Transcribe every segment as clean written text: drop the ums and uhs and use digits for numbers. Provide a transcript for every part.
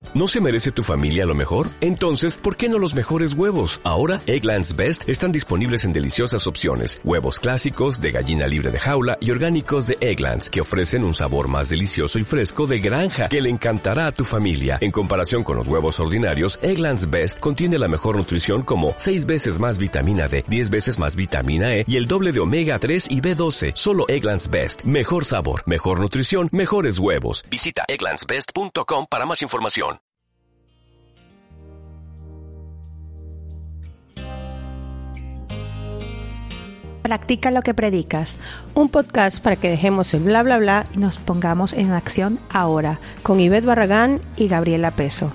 ¿No se merece tu familia lo mejor? Entonces, ¿por qué no los mejores huevos? Ahora, Eggland's Best están disponibles en deliciosas opciones. Huevos clásicos, de gallina libre de jaula y orgánicos de Eggland's, que ofrecen un sabor más delicioso y fresco de granja que le encantará a tu familia. En comparación con los huevos ordinarios, Eggland's Best contiene la mejor nutrición como 6 veces más vitamina D, 10 veces más vitamina E y el doble de omega 3 y B12. Solo Eggland's Best. Mejor sabor, mejor nutrición, mejores huevos. Visita egglandsbest.com para más información. Practica lo que predicas. Un podcast para que dejemos el bla bla bla Y nos pongamos en acción ahora. con Ivette Barragán y Gabriela Peso.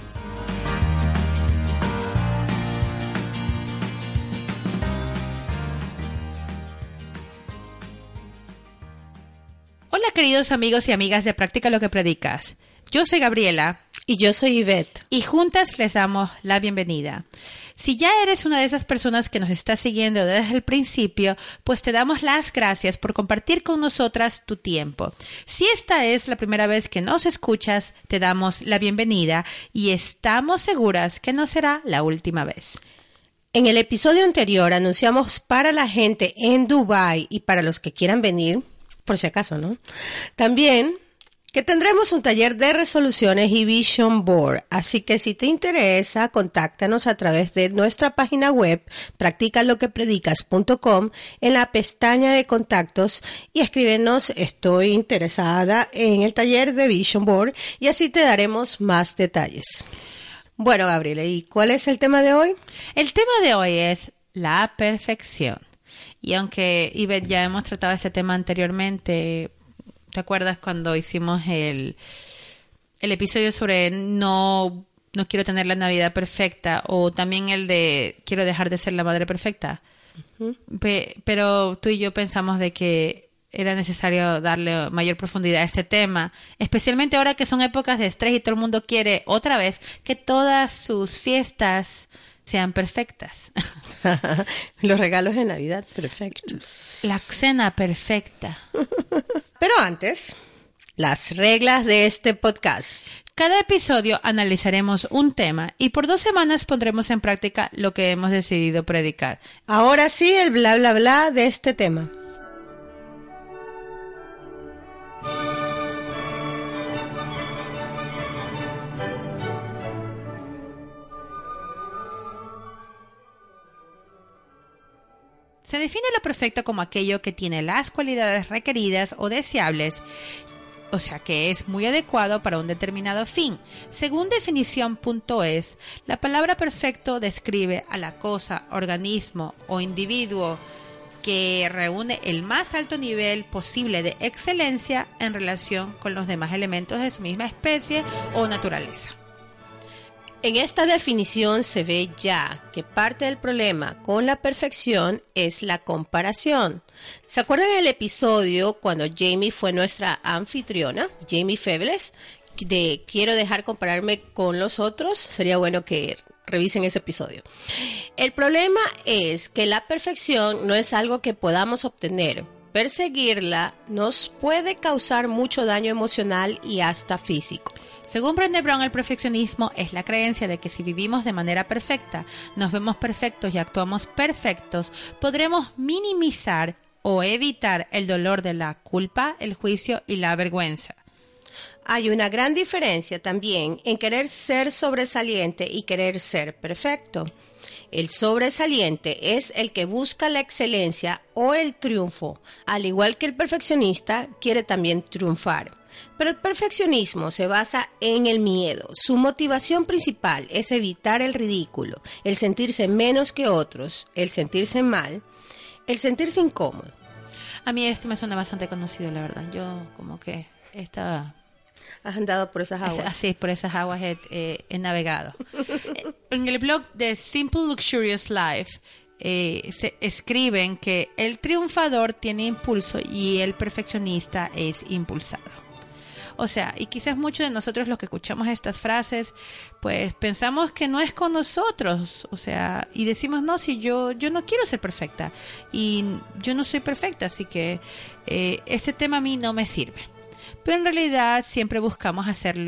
Hola queridos amigos y amigas de Practica lo que predicas. Yo soy Gabriela. Y yo soy Ivette. Y juntas les damos la bienvenida. Si ya eres una de esas personas que nos está siguiendo desde el principio, pues te damos las gracias por compartir con nosotras tu tiempo. Si esta es la primera vez que nos escuchas, te damos la bienvenida y estamos seguras que no será la última vez. En el episodio anterior anunciamos para la gente en Dubái y para los que quieran venir, por si acaso, ¿no? También que tendremos un taller de resoluciones y vision board, así que si te interesa, contáctanos a través de nuestra página web practicaloquepredicas.com en la pestaña de contactos y escríbenos estoy interesada en el taller de vision board y así te daremos más detalles. Bueno, Gabriela, ¿y cuál es el tema de hoy? El tema de hoy es la perfección. Y aunque Ivette ya hemos tratado ese tema anteriormente, ¿te acuerdas cuando hicimos el episodio sobre no quiero tener la Navidad perfecta o también el de quiero dejar de ser la madre perfecta? Uh-huh. Pero tú y yo pensamos de que era necesario darle mayor profundidad a este tema, especialmente ahora que son épocas de estrés y todo el mundo quiere otra vez que todas sus fiestas sean perfectas. Los regalos de Navidad perfectos. La cena perfecta. Pero antes, las reglas de este podcast. Cada episodio analizaremos un tema y por 2 semanas pondremos en práctica lo que hemos decidido predicar. Ahora sí, el bla bla bla de este tema. Se define lo perfecto como aquello que tiene las cualidades requeridas o deseables, o sea que es muy adecuado para un determinado fin. Según definición.es, la palabra perfecto describe a la cosa, organismo o individuo que reúne el más alto nivel posible de excelencia en relación con los demás elementos de su misma especie o naturaleza. En esta definición se ve ya que parte del problema con la perfección es la comparación. ¿Se acuerdan del episodio cuando Jamie fue nuestra anfitriona, Jamie Febles, de quiero dejar compararme con los otros? Sería bueno que revisen ese episodio. El problema es que la perfección no es algo que podamos obtener. Perseguirla nos puede causar mucho daño emocional y hasta físico. Según Brené Brown, el perfeccionismo es la creencia de que si vivimos de manera perfecta, nos vemos perfectos y actuamos perfectos, podremos minimizar o evitar el dolor de la culpa, el juicio y la vergüenza. Hay una gran diferencia también en querer ser sobresaliente y querer ser perfecto. El sobresaliente es el que busca la excelencia o el triunfo, al igual que el perfeccionista quiere también triunfar. Pero el perfeccionismo se basa en el miedo. Su motivación principal es evitar el ridículo, el sentirse menos que otros, el sentirse mal, el sentirse incómodo. A mí esto me suena bastante conocido, la verdad. Yo como que estaba... ¿Has andado por esas aguas? Sí, por esas aguas he navegado. En el blog de Simple Luxurious Life se escriben que el triunfador tiene impulso y el perfeccionista es impulsado. O sea, y quizás muchos de nosotros los que escuchamos estas frases, pues pensamos que no es con nosotros, o sea, y decimos, no, si yo no quiero ser perfecta, y yo no soy perfecta, así que este tema a mí no me sirve. Pero en realidad siempre buscamos hacerlo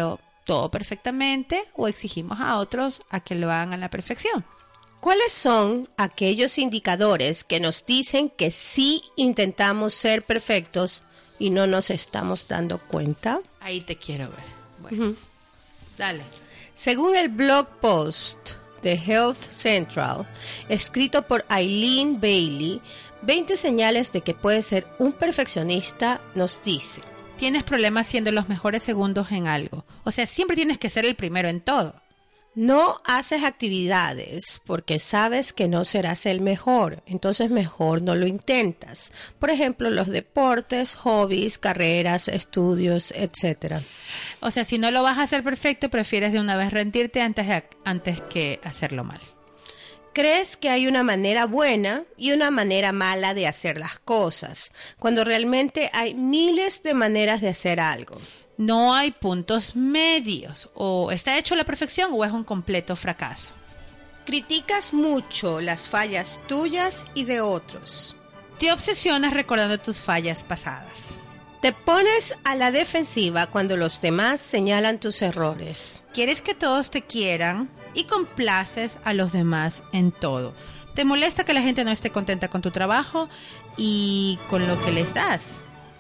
todo perfectamente o exigimos a otros a que lo hagan a la perfección. ¿Cuáles son aquellos indicadores que nos dicen que sí intentamos ser perfectos y no nos estamos dando cuenta? Ahí te quiero ver. Bueno, dale. Según el blog post de Health Central, escrito por Eileen Bailey, 20 señales de que puedes ser un perfeccionista, nos dice: Tienes problemas siendo los mejores segundos en algo. O sea, siempre tienes que ser el primero en todo. No haces actividades porque sabes que no serás el mejor, entonces mejor no lo intentas. Por ejemplo, los deportes, hobbies, carreras, estudios, etc. O sea, si no lo vas a hacer perfecto, prefieres de una vez rendirte antes que hacerlo mal. Crees que hay una manera buena y una manera mala de hacer las cosas, cuando realmente hay miles de maneras de hacer algo. No hay puntos medios. O está hecho a la perfección o es un completo fracaso. Criticas mucho las fallas tuyas y de otros. Te obsesionas recordando tus fallas pasadas. Te pones a la defensiva cuando los demás señalan tus errores. Quieres que todos te quieran y complaces a los demás en todo. Te molesta que la gente no esté contenta con tu trabajo y con lo que les das.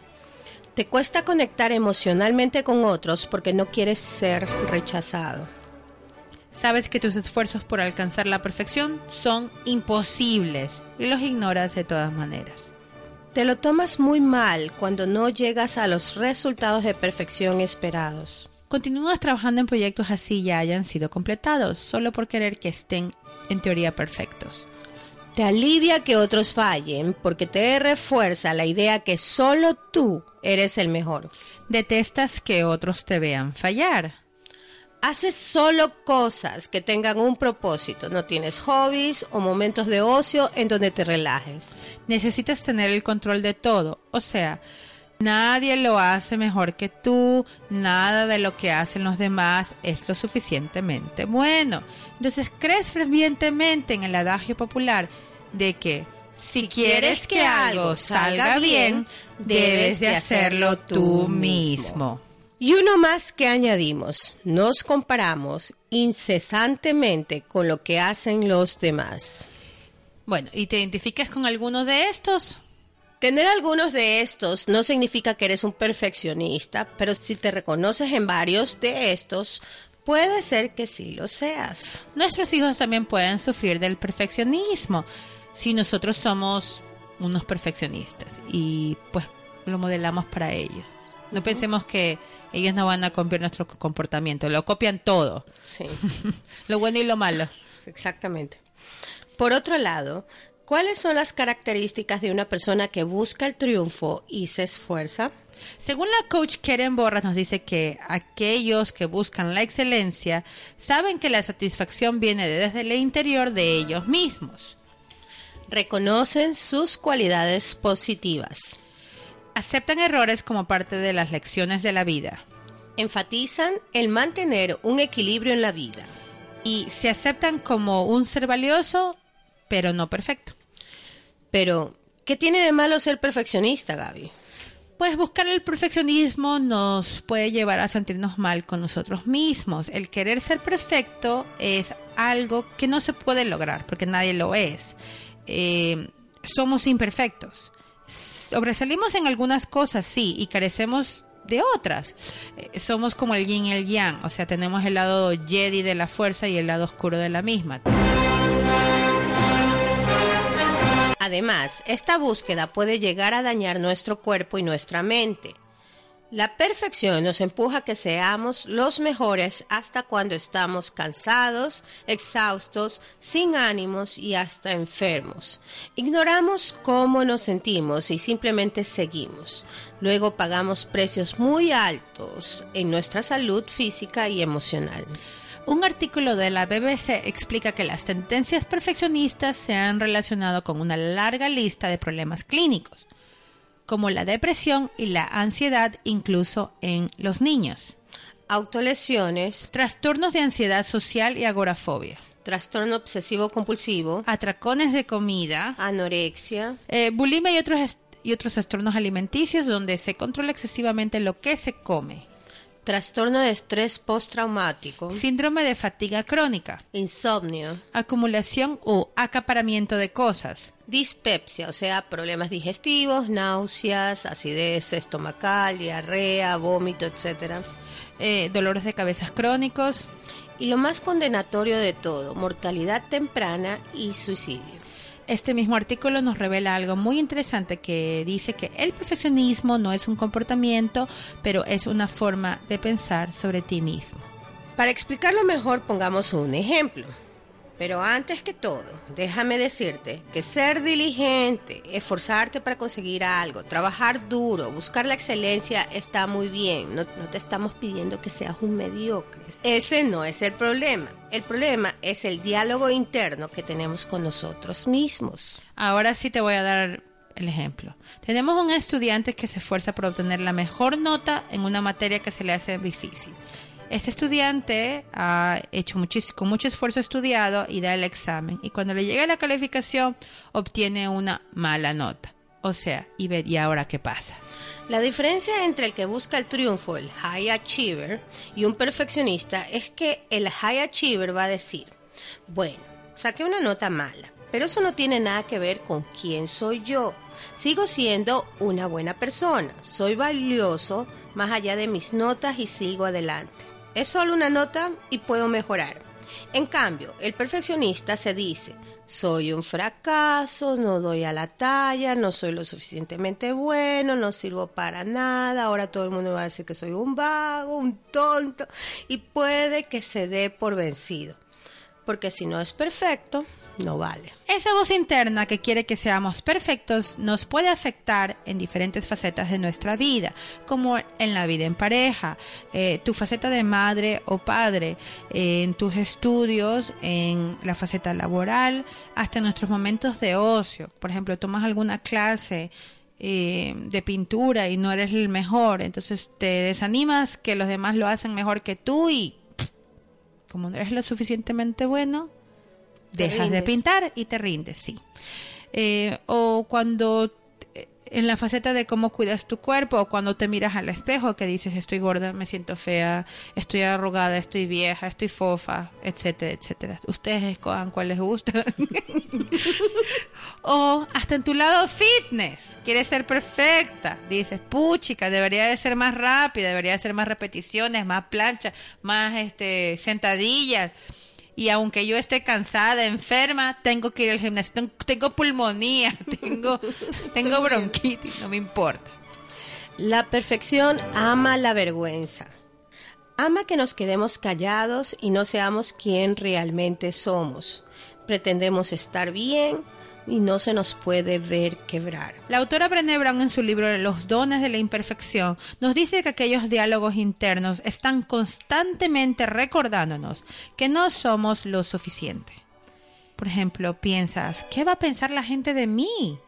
Te cuesta conectar emocionalmente con otros porque no quieres ser rechazado. Sabes que tus esfuerzos por alcanzar la perfección son imposibles y los ignoras de todas maneras. Te lo tomas muy mal cuando no llegas a los resultados de perfección esperados. Continúas trabajando en proyectos así ya hayan sido completados, solo por querer que estén en teoría perfectos. Te alivia que otros fallen porque te refuerza la idea que solo tú eres el mejor. Detestas que otros te vean fallar. Haces solo cosas que tengan un propósito. No tienes hobbies o momentos de ocio en donde te relajes. Necesitas tener el control de todo. O sea, nadie lo hace mejor que tú. Nada de lo que hacen los demás es lo suficientemente bueno. Entonces crees fervientemente en el adagio popular de que si quieres que algo salga bien, debes de hacerlo tú mismo. Y uno más que añadimos: nos comparamos incesantemente con lo que hacen los demás. Bueno, ¿y te identificas con alguno de estos? Tener algunos de estos no significa que eres un perfeccionista, pero si te reconoces en varios de estos, puede ser que sí lo seas. Nuestros hijos también pueden sufrir del perfeccionismo si nosotros somos unos perfeccionistas y pues lo modelamos para ellos. No pensemos que ellos no van a copiar nuestro comportamiento, lo copian todo. Sí. Lo bueno y lo malo. Exactamente. Por otro lado, ¿cuáles son las características de una persona que busca el triunfo y se esfuerza? Según la coach Keren Borras nos dice que aquellos que buscan la excelencia saben que la satisfacción viene desde el interior de ellos mismos. Reconocen sus cualidades positivas. Aceptan errores como parte de las lecciones de la vida. Enfatizan el mantener un equilibrio en la vida. Y se aceptan como un ser valioso, pero no perfecto. Pero, ¿qué tiene de malo ser perfeccionista, Gaby? Pues buscar el perfeccionismo nos puede llevar a sentirnos mal con nosotros mismos. El querer ser perfecto es algo que no se puede lograr, porque nadie lo es. Somos imperfectos. Sobresalimos en algunas cosas, sí, y carecemos de otras. Somos como el yin y el yang, o sea, tenemos el lado Jedi de la fuerza y el lado oscuro de la misma. Además, esta búsqueda puede llegar a dañar nuestro cuerpo y nuestra mente. La perfección nos empuja a que seamos los mejores hasta cuando estamos cansados, exhaustos, sin ánimos y hasta enfermos. Ignoramos cómo nos sentimos y simplemente seguimos. Luego pagamos precios muy altos en nuestra salud física y emocional. Un artículo de la BBC explica que las tendencias perfeccionistas se han relacionado con una larga lista de problemas clínicos, como la depresión y la ansiedad, incluso en los niños. Autolesiones, Trastornos de ansiedad social y agorafobia. trastorno obsesivo compulsivo, Atracones de comida. anorexia, Bulimia y otros trastornos alimenticios donde se controla excesivamente lo que se come. trastorno de estrés postraumático, síndrome de fatiga crónica, insomnio, acumulación u acaparamiento de cosas, dispepsia, o sea, problemas digestivos, náuseas, acidez estomacal, diarrea, vómito, etc. Dolores de cabeza crónicos. Y lo más condenatorio de todo, mortalidad temprana y suicidio. Este mismo artículo nos revela algo muy interesante que dice que el perfeccionismo no es un comportamiento, pero es una forma de pensar sobre ti mismo. Para explicarlo mejor, pongamos un ejemplo. Pero antes que todo, déjame decirte que ser diligente, esforzarte para conseguir algo, trabajar duro, buscar la excelencia está muy bien. No te estamos pidiendo que seas un mediocre. Ese no es el problema. El problema es el diálogo interno que tenemos con nosotros mismos. Ahora sí te voy a dar el ejemplo. Tenemos un estudiante que se esfuerza por obtener la mejor nota en una materia que se le hace difícil. Este estudiante ha hecho con mucho esfuerzo estudiado y da el examen. Y cuando le llega la calificación, obtiene una mala nota. O sea, ¿y ahora qué pasa? La diferencia entre el que busca el triunfo, el high achiever, y un perfeccionista es que el high achiever va a decir, bueno, saqué una nota mala, pero eso no tiene nada que ver con quién soy yo. Sigo siendo una buena persona, soy valioso más allá de mis notas y sigo adelante. Es solo una nota y puedo mejorar. En cambio, el perfeccionista se dice, soy un fracaso, no doy a la talla, no soy lo suficientemente bueno, no sirvo para nada, ahora todo el mundo va a decir que soy un vago, un tonto, y puede que se dé por vencido. Porque si no es perfecto, no vale. Esa voz interna que quiere que seamos perfectos nos puede afectar en diferentes facetas de nuestra vida, como en la vida en pareja, tu faceta de madre o padre, en tus estudios, en la faceta laboral, hasta en nuestros momentos de ocio. Por ejemplo, tomas alguna clase de pintura y no eres el mejor, entonces te desanimas que los demás lo hacen mejor que tú y como no eres lo suficientemente bueno, dejas de pintar y te rindes, sí. O cuando en la faceta de cómo cuidas tu cuerpo, o cuando te miras al espejo que dices estoy gorda, me siento fea, estoy arrugada, estoy vieja, estoy fofa, etcétera, etcétera. Ustedes escojan cuál les gusta. O hasta en tu lado fitness, quieres ser perfecta, dices, puchica, debería de ser más rápida, debería de ser más repeticiones, más plancha, más sentadillas. Y aunque yo esté cansada, enferma, tengo que ir al gimnasio. Tengo pulmonía, tengo bronquitis, no me importa. La perfección ama la vergüenza. Ama que nos quedemos callados y no seamos quien realmente somos. Pretendemos estar bien y no se nos puede ver quebrar. La autora Brené Brown, en su libro Los dones de la imperfección, nos dice que aquellos diálogos internos están constantemente recordándonos que no somos lo suficiente. Por ejemplo, piensas, ¿qué va a pensar la gente de mí?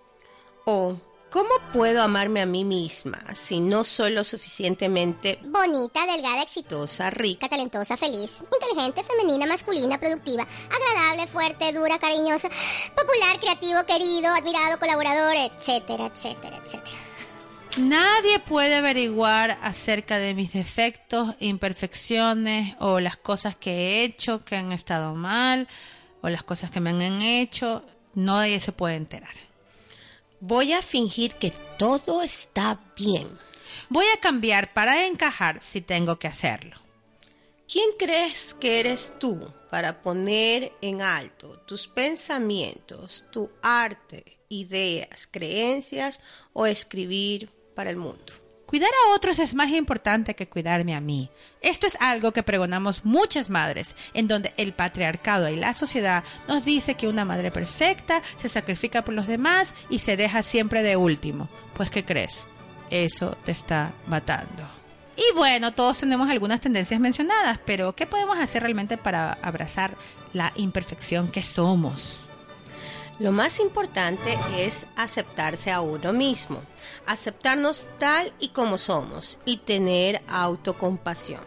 O, ¿cómo puedo amarme a mí misma si no soy lo suficientemente bonita, delgada, exitosa, rica, talentosa, feliz, inteligente, femenina, masculina, productiva, agradable, fuerte, dura, cariñosa, popular, creativo, querido, admirado, colaborador, etcétera, etcétera, etcétera? Nadie puede averiguar acerca de mis defectos, imperfecciones o las cosas que he hecho que han estado mal o las cosas que me han hecho. Nadie se puede enterar. Voy a fingir que todo está bien. Voy a cambiar para encajar si tengo que hacerlo. ¿Quién crees que eres tú para poner en alto tus pensamientos, tu arte, ideas, creencias o escribir para el mundo? Cuidar a otros es más importante que cuidarme a mí. Esto es algo que pregonamos muchas madres, en donde el patriarcado y la sociedad nos dice que una madre perfecta se sacrifica por los demás y se deja siempre de último. Pues, ¿qué crees? Eso te está matando. Y bueno, todos tenemos algunas tendencias mencionadas, pero ¿qué podemos hacer realmente para abrazar la imperfección que somos? Lo más importante es aceptarse a uno mismo, aceptarnos tal y como somos y tener autocompasión.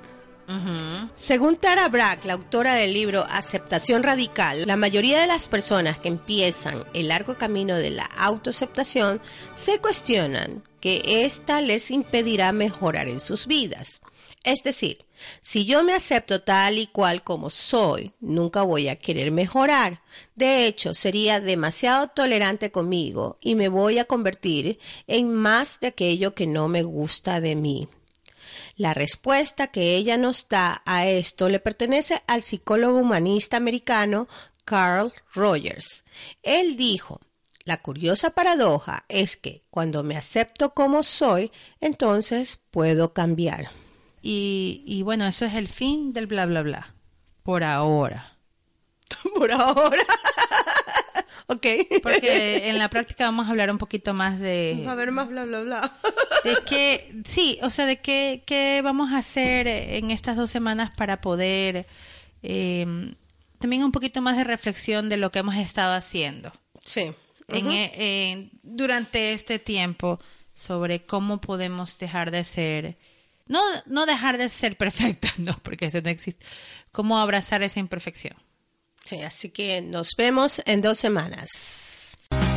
Según Tara Brach, la autora del libro Aceptación Radical, la mayoría de las personas que empiezan el largo camino de la autoaceptación se cuestionan que ésta les impedirá mejorar en sus vidas. Es decir, si yo me acepto tal y cual como soy, nunca voy a querer mejorar. De hecho, sería demasiado tolerante conmigo y me voy a convertir en más de aquello que no me gusta de mí. La respuesta que ella nos da a esto le pertenece al psicólogo humanista americano Carl Rogers. Él dijo: la curiosa paradoja es que cuando me acepto como soy, entonces puedo cambiar. Y bueno, eso es el fin del bla, bla, bla. Por ahora. Por ahora. Ok. Porque en la práctica vamos a hablar un poquito más de... Vamos a ver más bla, bla, bla. De qué, sí, o sea, de qué vamos a hacer en estas 2 semanas para poder... también un poquito más de reflexión de lo que hemos estado haciendo. Sí. Durante este tiempo, sobre cómo podemos dejar de ser... No dejar de ser perfecta, no, porque eso no existe. Cómo abrazar esa imperfección. Sí, así que nos vemos en 2 semanas.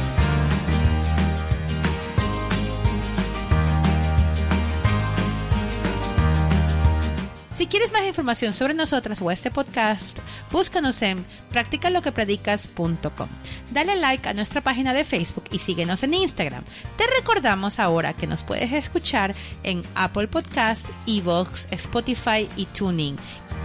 Si quieres más información sobre nosotras o este podcast, búscanos en practicaloquepredicas.com. Dale like a nuestra página de Facebook y síguenos en Instagram. Te recordamos ahora que nos puedes escuchar en Apple Podcast, iVoox, Spotify y TuneIn.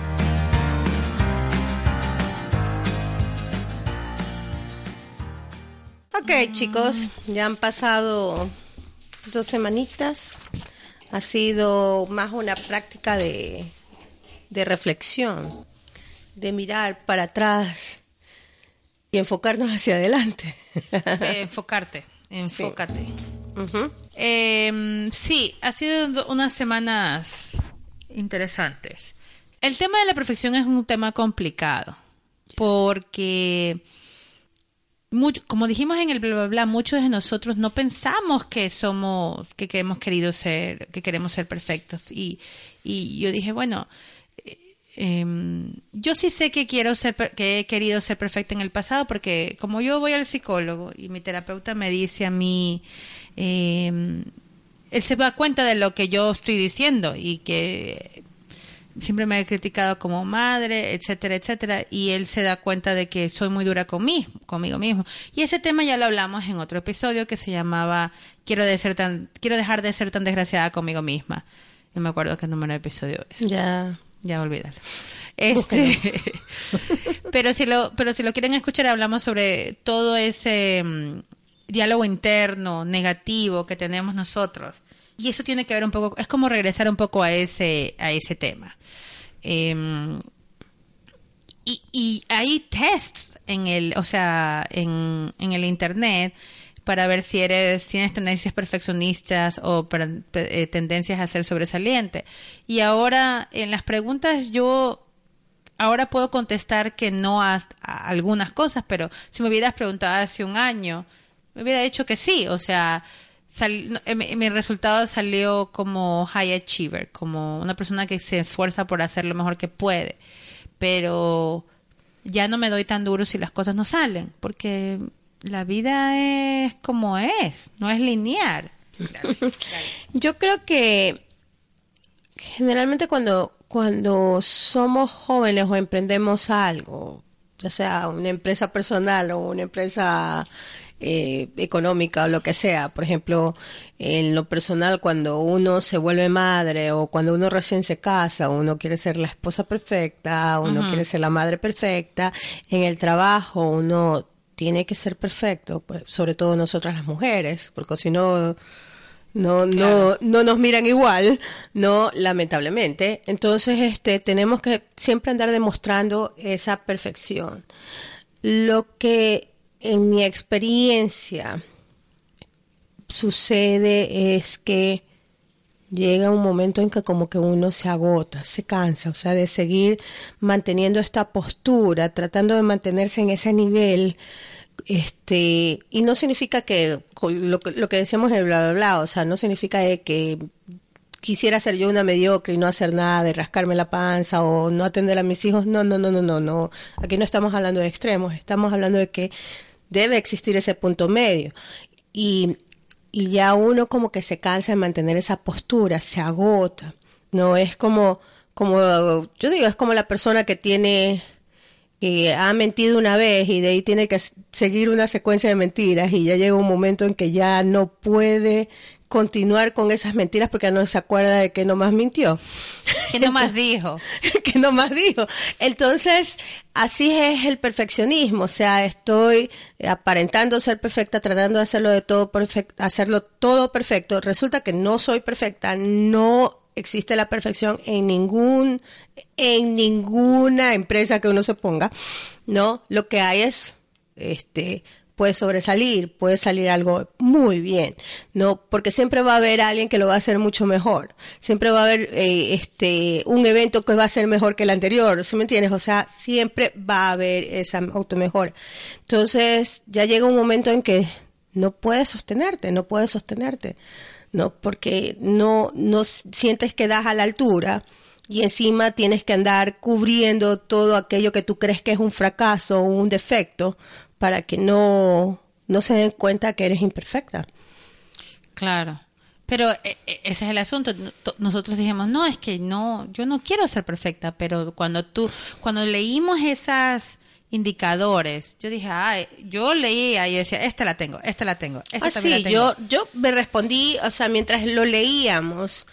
Ok, chicos, ya han pasado 2 semanitas. Ha sido más una práctica de reflexión, de mirar para atrás y enfocarnos hacia adelante. Enfócate. Sí. Uh-huh. Sí, ha sido unas semanas interesantes. El tema de la perfección es un tema complicado porque... como dijimos en el bla bla bla, muchos de nosotros no pensamos que queremos ser perfectos y yo dije, bueno, yo sí sé que he querido ser perfecta en el pasado, porque como yo voy al psicólogo y mi terapeuta me dice a mí, él se da cuenta de lo que yo estoy diciendo y que siempre me he criticado como madre, etcétera, etcétera, y él se da cuenta de que soy muy dura conmigo mismo. Y ese tema ya lo hablamos en otro episodio que se llamaba Quiero dejar de ser tan desgraciada conmigo misma. No me acuerdo qué número de episodio es. Ya olvídalo. Pero si lo quieren escuchar, hablamos sobre todo ese diálogo interno negativo que tenemos nosotros. Y eso tiene que ver un poco, es como regresar un poco a ese tema. Y hay tests en el internet para ver si tienes tendencias perfeccionistas o tendencias a ser sobresaliente. Y ahora en las preguntas ahora puedo contestar que no a algunas cosas, pero si me hubieras preguntado hace un año, me hubiera dicho que sí. O sea, mi resultado salió como high achiever, como una persona que se esfuerza por hacer lo mejor que puede, pero ya no me doy tan duro si las cosas no salen, porque la vida es como es, no es lineal. Yo creo que generalmente cuando somos jóvenes o emprendemos algo, ya sea una empresa personal o una empresa económica o lo que sea, por ejemplo, en lo personal, cuando uno se vuelve madre o cuando uno recién se casa, uno quiere ser la esposa perfecta, uno quiere ser la madre perfecta. En el trabajo uno tiene que ser perfecto, pues, sobre todo nosotras las mujeres, porque si no nos miran igual, no, lamentablemente. Entonces, tenemos que siempre andar demostrando esa perfección. Lo que en mi experiencia sucede es que llega un momento en que como que uno se agota, se cansa, o sea, de seguir manteniendo esta postura, tratando de mantenerse en ese nivel, y no significa que lo que decíamos en el bla bla bla, o sea, no significa que quisiera ser yo una mediocre y no hacer nada, de rascarme la panza o no atender a mis hijos. No, aquí no estamos hablando de extremos, estamos hablando de que debe existir ese punto medio y ya uno como que se cansa de mantener esa postura, se agota. No es como yo digo, es como la persona que ha mentido una vez y de ahí tiene que seguir una secuencia de mentiras y ya llega un momento en que ya no puede continuar con esas mentiras porque no se acuerda de que nomás mintió. Que nomás dijo. Que nomás dijo. Entonces, así es el perfeccionismo. O sea, estoy aparentando ser perfecta, tratando de hacerlo todo perfecto. Resulta que no soy perfecta, no existe la perfección en ninguna empresa que uno se ponga, ¿no? Lo que hay es, puede salir algo muy bien, ¿no? Porque siempre va a haber alguien que lo va a hacer mucho mejor. Siempre va a haber, un evento que va a ser mejor que el anterior, ¿sí me entiendes? O sea, siempre va a haber esa automejora. Entonces, ya llega un momento en que no puedes sostenerte, ¿no? Porque no sientes que das a la altura y encima tienes que andar cubriendo todo aquello que tú crees que es un fracaso o un defecto para que no se den cuenta que eres imperfecta. Claro. Pero ese es el asunto. Nosotros dijimos, no, es que no, yo no quiero ser perfecta, pero cuando leímos esas indicadores, yo dije, yo leía y decía, esta la tengo, esta también la tengo. Yo me respondí, o sea, mientras lo leíamos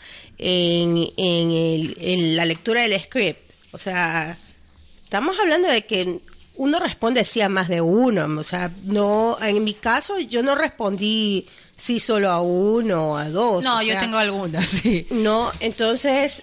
en la lectura del script, o sea, estamos hablando de que uno responde sí a más de uno, o sea, no, en mi caso yo no respondí sí solo a uno o a dos. No, yo tengo algunas, sí. No, entonces,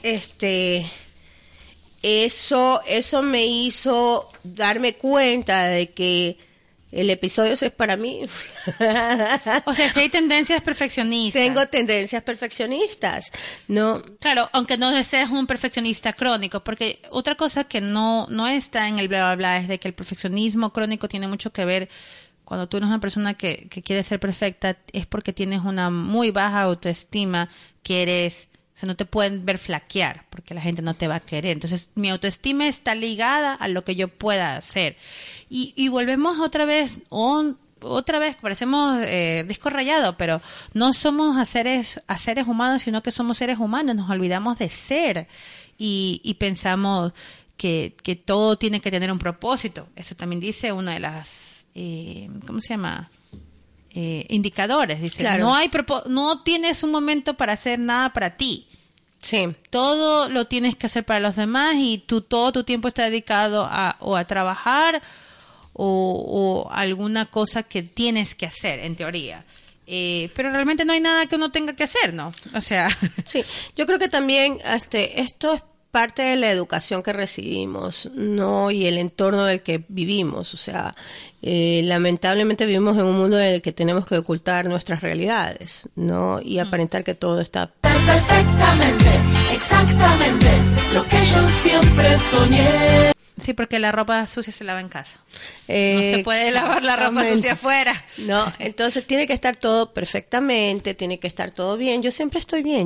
eso me hizo darme cuenta de que el episodio es para mí. O sea, si hay tendencias perfeccionistas. Tengo tendencias perfeccionistas, ¿no? Claro, aunque no seas un perfeccionista crónico, porque otra cosa que no está en el bla, bla, bla, es de que el perfeccionismo crónico tiene mucho que ver, cuando tú eres una persona que quiere ser perfecta, es porque tienes una muy baja autoestima, o sea, no te pueden ver flaquear porque la gente no te va a querer. Entonces, mi autoestima está ligada a lo que yo pueda hacer. Y volvemos otra vez, parecemos disco rayado, pero no somos a seres humanos, sino que somos seres humanos. Nos olvidamos de ser y pensamos que todo tiene que tener un propósito. Eso también dice una de las, ¿cómo se llama? Indicadores. Dice, claro. No tienes un momento para hacer nada para ti. Sí. Todo lo tienes que hacer para los demás y todo tu tiempo está dedicado a trabajar o alguna cosa que tienes que hacer, en teoría. Pero realmente no hay nada que uno tenga que hacer, ¿no? O sea... Sí, yo creo que también esto es parte de la educación que recibimos, ¿no? Y el entorno del que vivimos. O sea, lamentablemente vivimos en un mundo en el que tenemos que ocultar nuestras realidades, ¿no? Y aparentar que todo está perfectamente, exactamente lo que yo siempre soñé. Sí, porque la ropa sucia se lava en casa. No se puede lavar la ropa sucia afuera. No, entonces tiene que estar todo perfectamente, tiene que estar todo bien. Yo siempre estoy bien.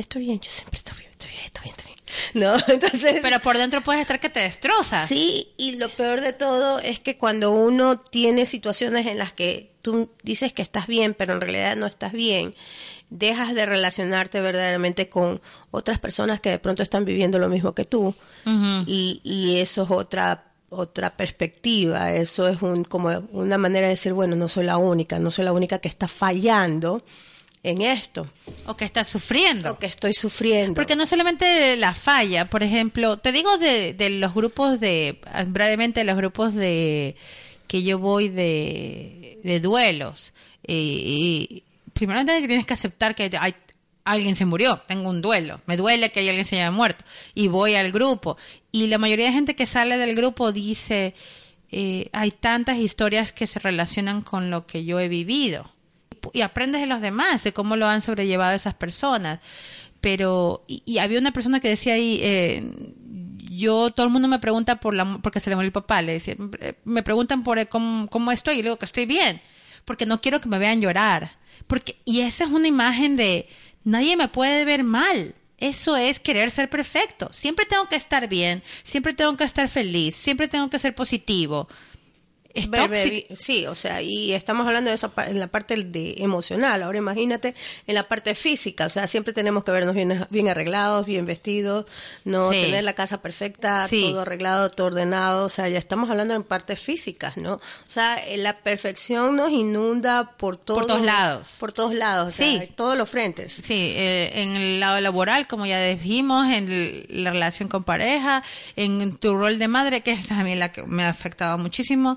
No, entonces... Pero por dentro puedes estar que te destrozas. Sí, y lo peor de todo es que cuando uno tiene situaciones en las que tú dices que estás bien, pero en realidad no estás bien, dejas de relacionarte verdaderamente con otras personas que de pronto están viviendo lo mismo que tú. Uh-huh. Y eso es otra perspectiva. Eso es como una manera de decir, bueno, no soy la única que está fallando en esto. O que estás sufriendo. O que estoy sufriendo. Porque no solamente la falla, por ejemplo, te digo de los grupos brevemente los grupos que yo voy de duelos. Y primero tienes que aceptar que alguien se murió, tengo un duelo, me duele que alguien se haya muerto. Y voy al grupo. Y la mayoría de gente que sale del grupo dice, hay tantas historias que se relacionan con lo que yo he vivido. Y aprendes de los demás, de cómo lo han sobrellevado esas personas. Pero, y había una persona que decía ahí, todo el mundo me pregunta porque se le murió el papá, le decía, me preguntan por cómo estoy, y le digo que estoy bien, porque no quiero que me vean llorar. Y esa es una imagen de, nadie me puede ver mal. Eso es querer ser perfecto. Siempre tengo que estar bien, siempre tengo que estar feliz, siempre tengo que ser positivo. Es tóxico. Sí, o sea, y estamos hablando de en la parte de emocional. Ahora imagínate en la parte física, o sea, siempre tenemos que vernos bien arreglados, bien vestidos, no Sí. tener la casa perfecta, Sí. todo arreglado, todo ordenado, o sea, ya estamos hablando en partes físicas, ¿no? O sea, la perfección nos inunda por todos lados. Por todos lados, o sea, Sí. todos los frentes. Sí, en el lado laboral, como ya dijimos, en la relación con pareja, en tu rol de madre, que es también la que me ha afectado muchísimo,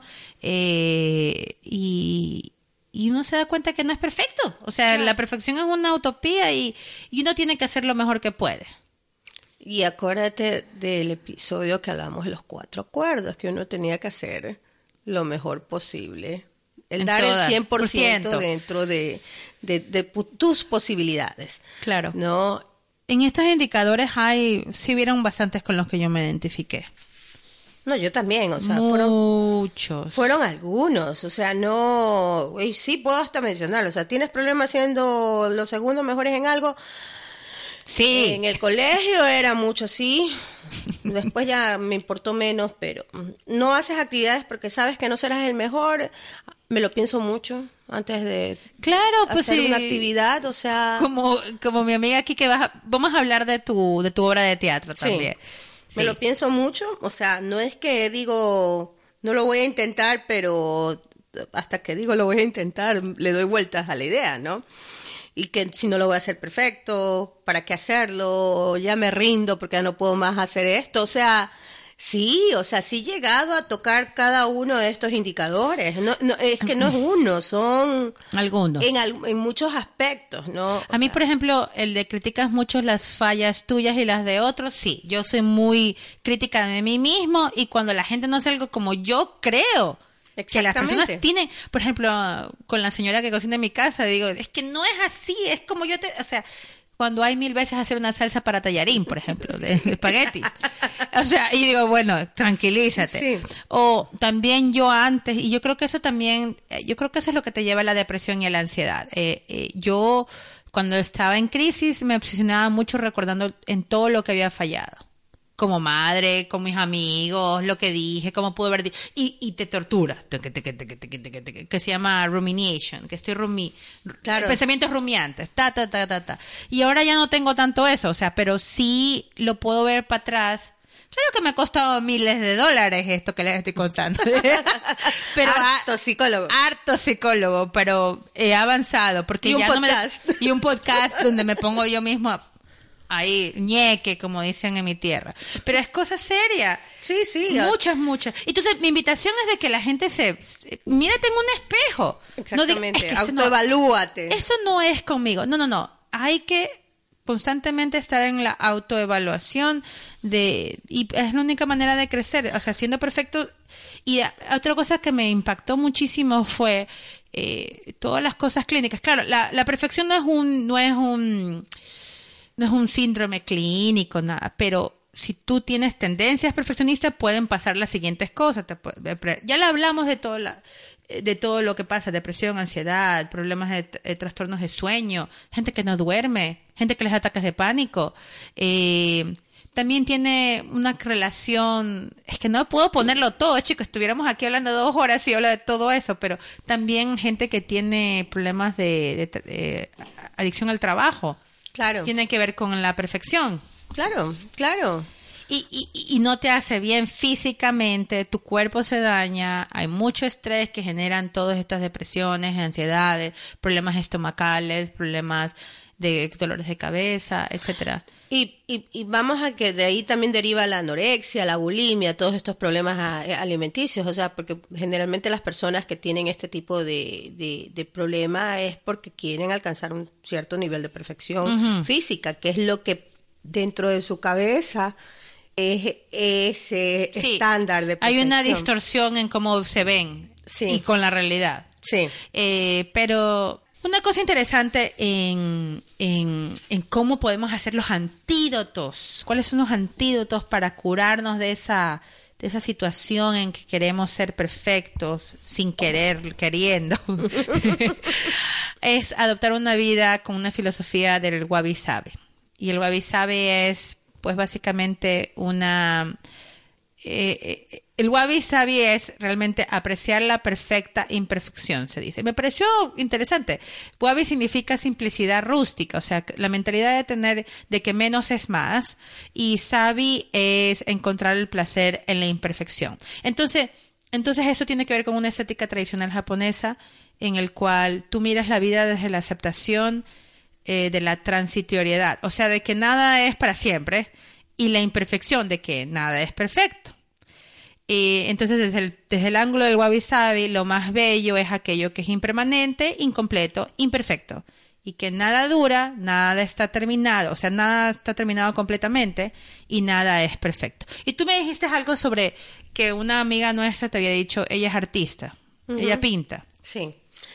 y uno se da cuenta que no es perfecto. O sea, Claro. la perfección es una utopía y uno tiene que hacer lo mejor que puede. Y acuérdate del episodio que hablamos de los 4 acuerdos, que uno tenía que hacer lo mejor posible. El En dar todas, el 100% por ciento. dentro de tus posibilidades. Claro. ¿No? En estos indicadores sí hubieron bastantes con los que yo me identifiqué. No, yo también, o sea, Muchos. fueron algunos, o sea, no, y sí puedo hasta mencionarlo, o sea, tienes problemas siendo los segundos mejores en algo. Sí. En el colegio era mucho, sí. Después ya me importó menos, pero no haces actividades porque sabes que no serás el mejor. Me lo pienso mucho antes de Claro, pues hacer sí. una actividad, o sea, Como mi amiga aquí que vamos a hablar de tu obra de teatro sí. también. Me lo pienso mucho, o sea, no es que digo, no lo voy a intentar, pero hasta que digo lo voy a intentar, le doy vueltas a la idea, ¿no? Y que si no lo voy a hacer perfecto, ¿para qué hacerlo? Ya me rindo porque ya no puedo más hacer esto, o sea, sí he llegado a tocar cada uno de estos indicadores, no, es que no es uno, son Algunos. en muchos aspectos, ¿no? A mí, por ejemplo, el de criticas mucho las fallas tuyas y las de otros, sí. Yo soy muy crítica de mí mismo y cuando la gente no hace algo como yo creo que las personas Exactamente. tienen, por ejemplo, con la señora que cocina en mi casa, digo, es que no es así, es como o sea, cuando hay 1000 veces hacer una salsa para tallarín, por ejemplo, de espagueti. O sea, y digo, bueno, tranquilízate. Sí. O también yo antes, y yo creo que eso es lo que te lleva a la depresión y a la ansiedad. Yo, cuando estaba en crisis, me obsesionaba mucho recordando en todo lo que había fallado. Como madre, con mis amigos, lo que dije, cómo pude haber dicho. Y te tortura, que se llama rumination, que estoy Claro. pensamientos rumiantes, ta. Y ahora ya no tengo tanto eso, o sea, pero sí lo puedo ver para atrás. Claro que me ha costado miles de dólares esto que les estoy contando. Pero harto psicólogo, pero he avanzado. Porque Y un ya podcast. y un podcast donde me pongo yo mismo ahí, ñeque, como dicen en mi tierra. Pero es cosa seria. Sí. Muchas. Entonces, mi invitación es de que la gente mírate en un espejo. Exactamente, Es que eso autoevalúate. eso no es conmigo. No. Hay que constantemente estar en la autoevaluación y es la única manera de crecer, o sea, siendo perfecto. Y otra cosa que me impactó muchísimo fue todas las cosas clínicas. Claro, la perfección no es un síndrome clínico, nada, pero si tú tienes tendencias perfeccionistas pueden pasar las siguientes cosas. Ya le hablamos de todo lo que pasa, depresión, ansiedad, problemas de trastornos de sueño, gente que no duerme, gente que les da ataques de pánico. También tiene una relación, es que no puedo ponerlo todo, chicos, estuviéramos aquí hablando 2 horas y hablo de todo eso, pero también gente que tiene problemas de adicción al trabajo. Claro. Tiene que ver con la perfección. Claro. Y no te hace bien físicamente, tu cuerpo se daña, hay mucho estrés que generan todas estas depresiones, ansiedades, problemas estomacales, problemas de dolores de cabeza, etcétera. Y vamos a que de ahí también deriva la anorexia, la bulimia, todos estos problemas alimenticios, o sea, porque generalmente las personas que tienen este tipo de problema es porque quieren alcanzar un cierto nivel de perfección física, que es lo que dentro de su cabeza es ese estándar de perfección. Hay una distorsión en cómo se ven y con la realidad. Sí. Pero una cosa interesante en cómo podemos hacer los antídotos. ¿Cuáles son los antídotos para curarnos de esa situación en que queremos ser perfectos sin queriendo? Es adoptar una vida con una filosofía del Wabi Sabi. Y el Wabi Sabi es, pues, básicamente una el wabi sabi es realmente apreciar la perfecta imperfección, se dice. Me pareció interesante. Wabi significa simplicidad rústica, o sea, la mentalidad de que menos es más, y sabi es encontrar el placer en la imperfección. Entonces eso tiene que ver con una estética tradicional japonesa en el cual tú miras la vida desde la aceptación de la transitoriedad, o sea, de que nada es para siempre, y la imperfección de que nada es perfecto. Entonces, desde el ángulo del wabi sabi, lo más bello es aquello que es impermanente, incompleto, imperfecto, y que nada dura, nada está terminado, o sea, nada está terminado completamente y nada es perfecto. Y tú me dijiste algo sobre que una amiga nuestra te había dicho, ella es artista, ella pinta. Sí,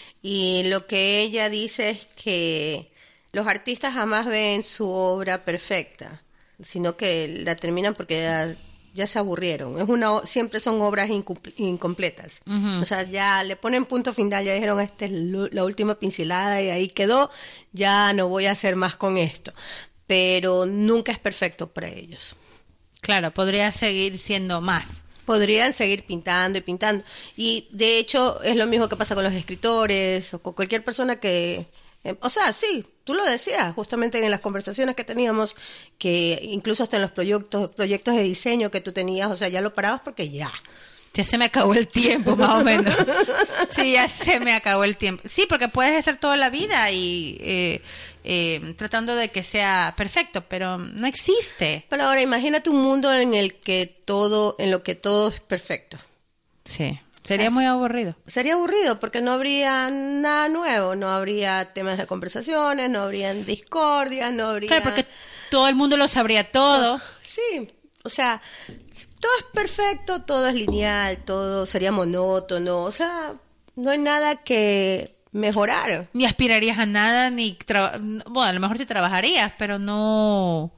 y lo que ella dice es que los artistas jamás ven su obra perfecta, sino que la terminan porque ya se aburrieron. Siempre son obras incompletas. O sea, ya le ponen punto final, ya dijeron, esta es la última pincelada y ahí quedó, ya no voy a hacer más con esto. Pero nunca es perfecto para ellos. Claro, podría seguir siendo más. Podrían seguir pintando y pintando. Y de hecho es lo mismo que pasa con los escritores o con cualquier persona que... O sea, sí, tú lo decías justamente en las conversaciones que teníamos, que incluso hasta en los proyectos de diseño que tú tenías, o sea, ya lo parabas porque ya se me acabó el tiempo, más o menos. Sí, ya se me acabó el tiempo. Sí, porque puedes hacer toda la vida y tratando de que sea perfecto, pero no existe. Pero ahora imagínate un mundo en lo que todo es perfecto. Sí. Sería muy aburrido. Sería aburrido porque no habría nada nuevo, no habría temas de conversaciones, no habrían discordias, no habría... Claro, porque todo el mundo lo sabría todo. Sí, o sea, todo es perfecto, todo es lineal, todo sería monótono, o sea, no hay nada que mejorar. Ni aspirarías a nada, bueno, a lo mejor sí trabajarías, pero no...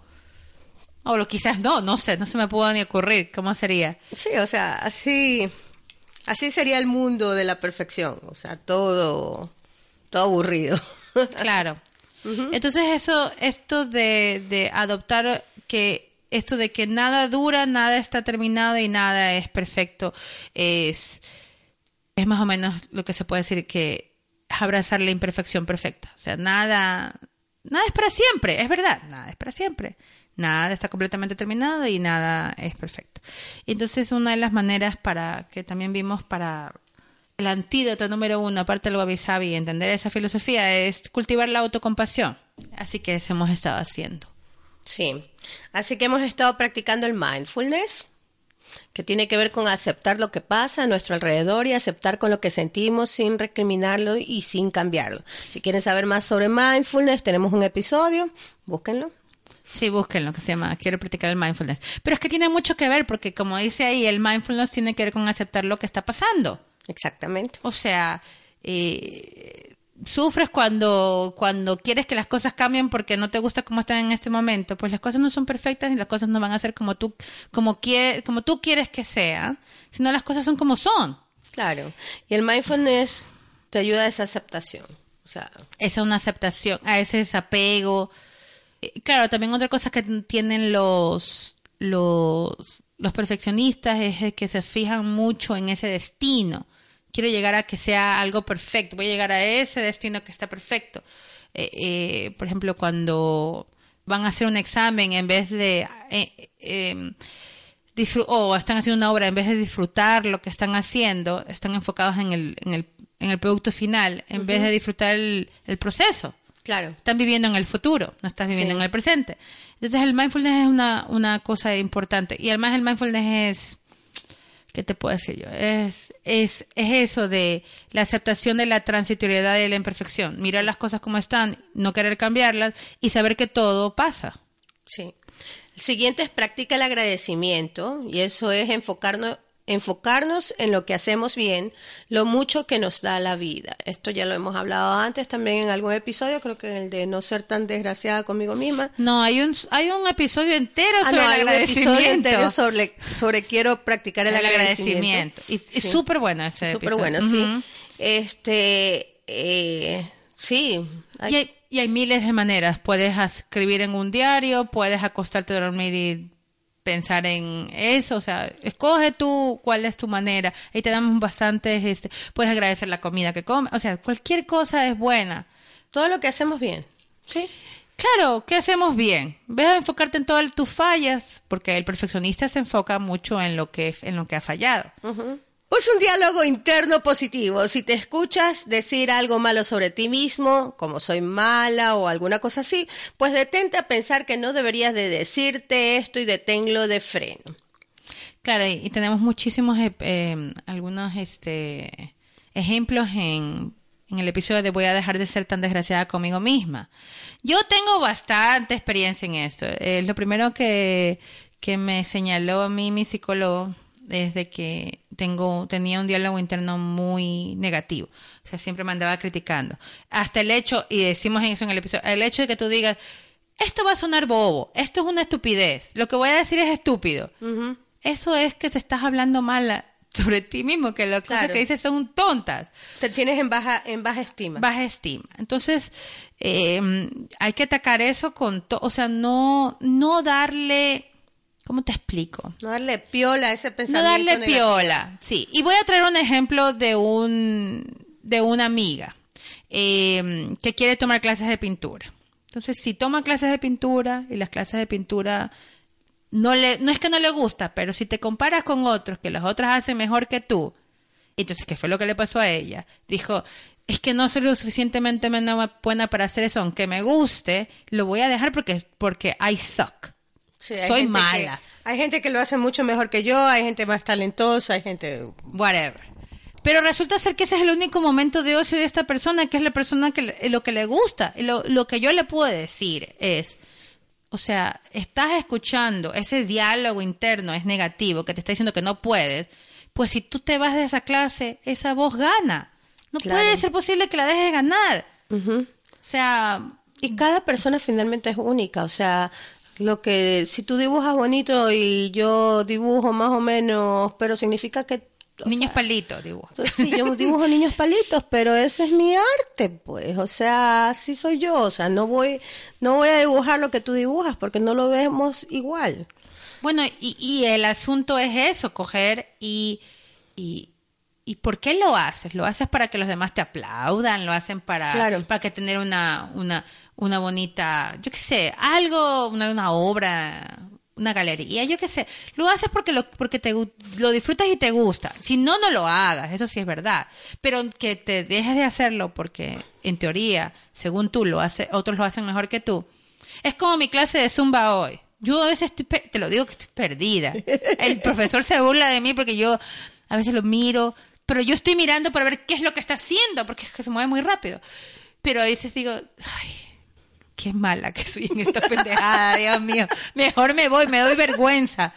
O quizás no sé, no se me pudo ni ocurrir, ¿cómo sería? Sí, o sea, Así sería el mundo de la perfección, o sea, todo aburrido. Claro. Entonces esto de adoptar esto de que nada dura, nada está terminado y nada es perfecto, es más o menos lo que se puede decir que es abrazar la imperfección perfecta. O sea, nada es para siempre, es verdad, nada es para siempre. Nada está completamente terminado y nada es perfecto. Entonces, una de las maneras que también vimos para el antídoto número 1, aparte del wabi sabi, y entender esa filosofía, es cultivar la autocompasión. Así que eso hemos estado haciendo. Sí, así que hemos estado practicando el mindfulness, que tiene que ver con aceptar lo que pasa a nuestro alrededor y aceptar con lo que sentimos sin recriminarlo y sin cambiarlo. Si quieren saber más sobre mindfulness, tenemos un episodio, búsquenlo. Sí, búsquenlo, que se llama Quiero practicar el mindfulness. Pero es que tiene mucho que ver, porque como dice ahí, el mindfulness tiene que ver con aceptar lo que está pasando. Exactamente. O sea, sufres cuando quieres que las cosas cambien porque no te gusta cómo están en este momento. Pues las cosas no son perfectas y las cosas no van a ser como tú quieres que sean, sino las cosas son como son. Claro. Y el mindfulness te ayuda a esa aceptación. O sea, esa es una aceptación, a ese desapego. Claro, también otra cosa que tienen los perfeccionistas es que se fijan mucho en ese destino. Quiero llegar a que sea algo perfecto, voy a llegar a ese destino que está perfecto. Por ejemplo, cuando van a hacer un examen, en vez de o están haciendo una obra, en vez de disfrutar lo que están haciendo, están enfocados en el producto final, en vez de disfrutar el proceso. Claro. Están viviendo en el futuro, no estás viviendo en el presente. Entonces el mindfulness es una cosa importante. Y además el mindfulness es, ¿qué te puedo decir yo? Es eso de la aceptación de la transitoriedad y de la imperfección. Mirar las cosas como están, no querer cambiarlas y saber que todo pasa. Sí. El siguiente es practica el agradecimiento, y eso es enfocarnos en lo que hacemos bien, lo mucho que nos da la vida. Esto ya lo hemos hablado antes también en algún episodio, creo que en el de no ser tan desgraciada conmigo misma. No, hay un episodio entero sobre el agradecimiento. Hay un episodio entero sobre quiero practicar el agradecimiento. Y es súper bueno ese episodio. Súper bueno, sí. Sí. Y hay miles de maneras. Puedes escribir en un diario, puedes acostarte a dormir y pensar en eso, o sea, escoge tú cuál es tu manera. Ahí te damos bastantes, puedes agradecer la comida que comes, o sea, cualquier cosa es buena. Todo lo que hacemos bien, ¿sí? Claro, ¿qué hacemos bien? Ves a enfocarte en todas tus fallas, porque el perfeccionista se enfoca mucho en lo que ha fallado. Uh-huh. Pues un diálogo interno positivo. Si te escuchas decir algo malo sobre ti mismo, como soy mala o alguna cosa así, pues detente a pensar que no deberías de decirte esto y deténlo de freno. Claro, y tenemos muchísimos algunos ejemplos en el episodio de Voy a dejar de ser tan desgraciada conmigo misma. Yo tengo bastante experiencia en esto. Lo primero que me señaló a mí mi psicólogo es de que tenía un diálogo interno muy negativo. O sea, siempre me andaba criticando. Hasta el hecho, y decimos eso en el episodio, el hecho de que tú digas, esto va a sonar bobo, esto es una estupidez, lo que voy a decir es estúpido. Uh-huh. Eso es que te estás hablando mal sobre ti mismo, que las cosas que dices son tontas. Te tienes en baja estima. Baja estima. Entonces, hay que atacar eso con o sea, no darle... ¿Cómo te explico? No darle piola a ese pensamiento. No darle negativo. piola, sí. Y voy a traer un ejemplo de una amiga que quiere tomar clases de pintura. Entonces, si toma clases de pintura y las clases de pintura no es que no le gusta, pero si te comparas con otros que las otras hacen mejor que tú, entonces, ¿qué fue lo que le pasó a ella? Dijo, es que no soy lo suficientemente buena para hacer eso, aunque me guste, lo voy a dejar porque I suck. Sí, soy mala. Hay gente que lo hace mucho mejor que yo, hay gente más talentosa, hay gente... Whatever. Pero resulta ser que ese es el único momento de ocio de esta persona, que es la persona que lo que le gusta. Y lo que yo le puedo decir es, o sea, estás escuchando ese diálogo interno, es negativo, que te está diciendo que no puedes, pues si tú te vas de esa clase, esa voz gana. No puede ser posible que la dejes ganar. Uh-huh. O sea... Y cada persona finalmente es única, o sea... si tú dibujas bonito y yo dibujo más o menos, pero significa que... Niños palitos dibujo. Sí, yo dibujo niños palitos, pero ese es mi arte, pues. O sea, así soy yo. O sea, no voy a dibujar lo que tú dibujas porque no lo vemos igual. Bueno, y el asunto es eso, coger y ¿por qué lo haces? ¿Lo haces para que los demás te aplaudan? ¿Lo hacen para que tener una bonita, yo qué sé, algo, una obra, una galería, yo qué sé? Lo haces porque lo disfrutas y te gusta. Si no, no lo hagas, eso sí es verdad. Pero que te dejes de hacerlo porque, en teoría, según tú, otros lo hacen mejor que tú. Es como mi clase de Zumba hoy. Yo a veces te lo digo que estoy perdida. El profesor se burla de mí porque yo a veces lo miro, pero yo estoy mirando para ver qué es lo que está haciendo, porque es que se mueve muy rápido. Pero a veces digo, ay, qué mala que soy en esta pendejada, Dios mío. Mejor me doy vergüenza.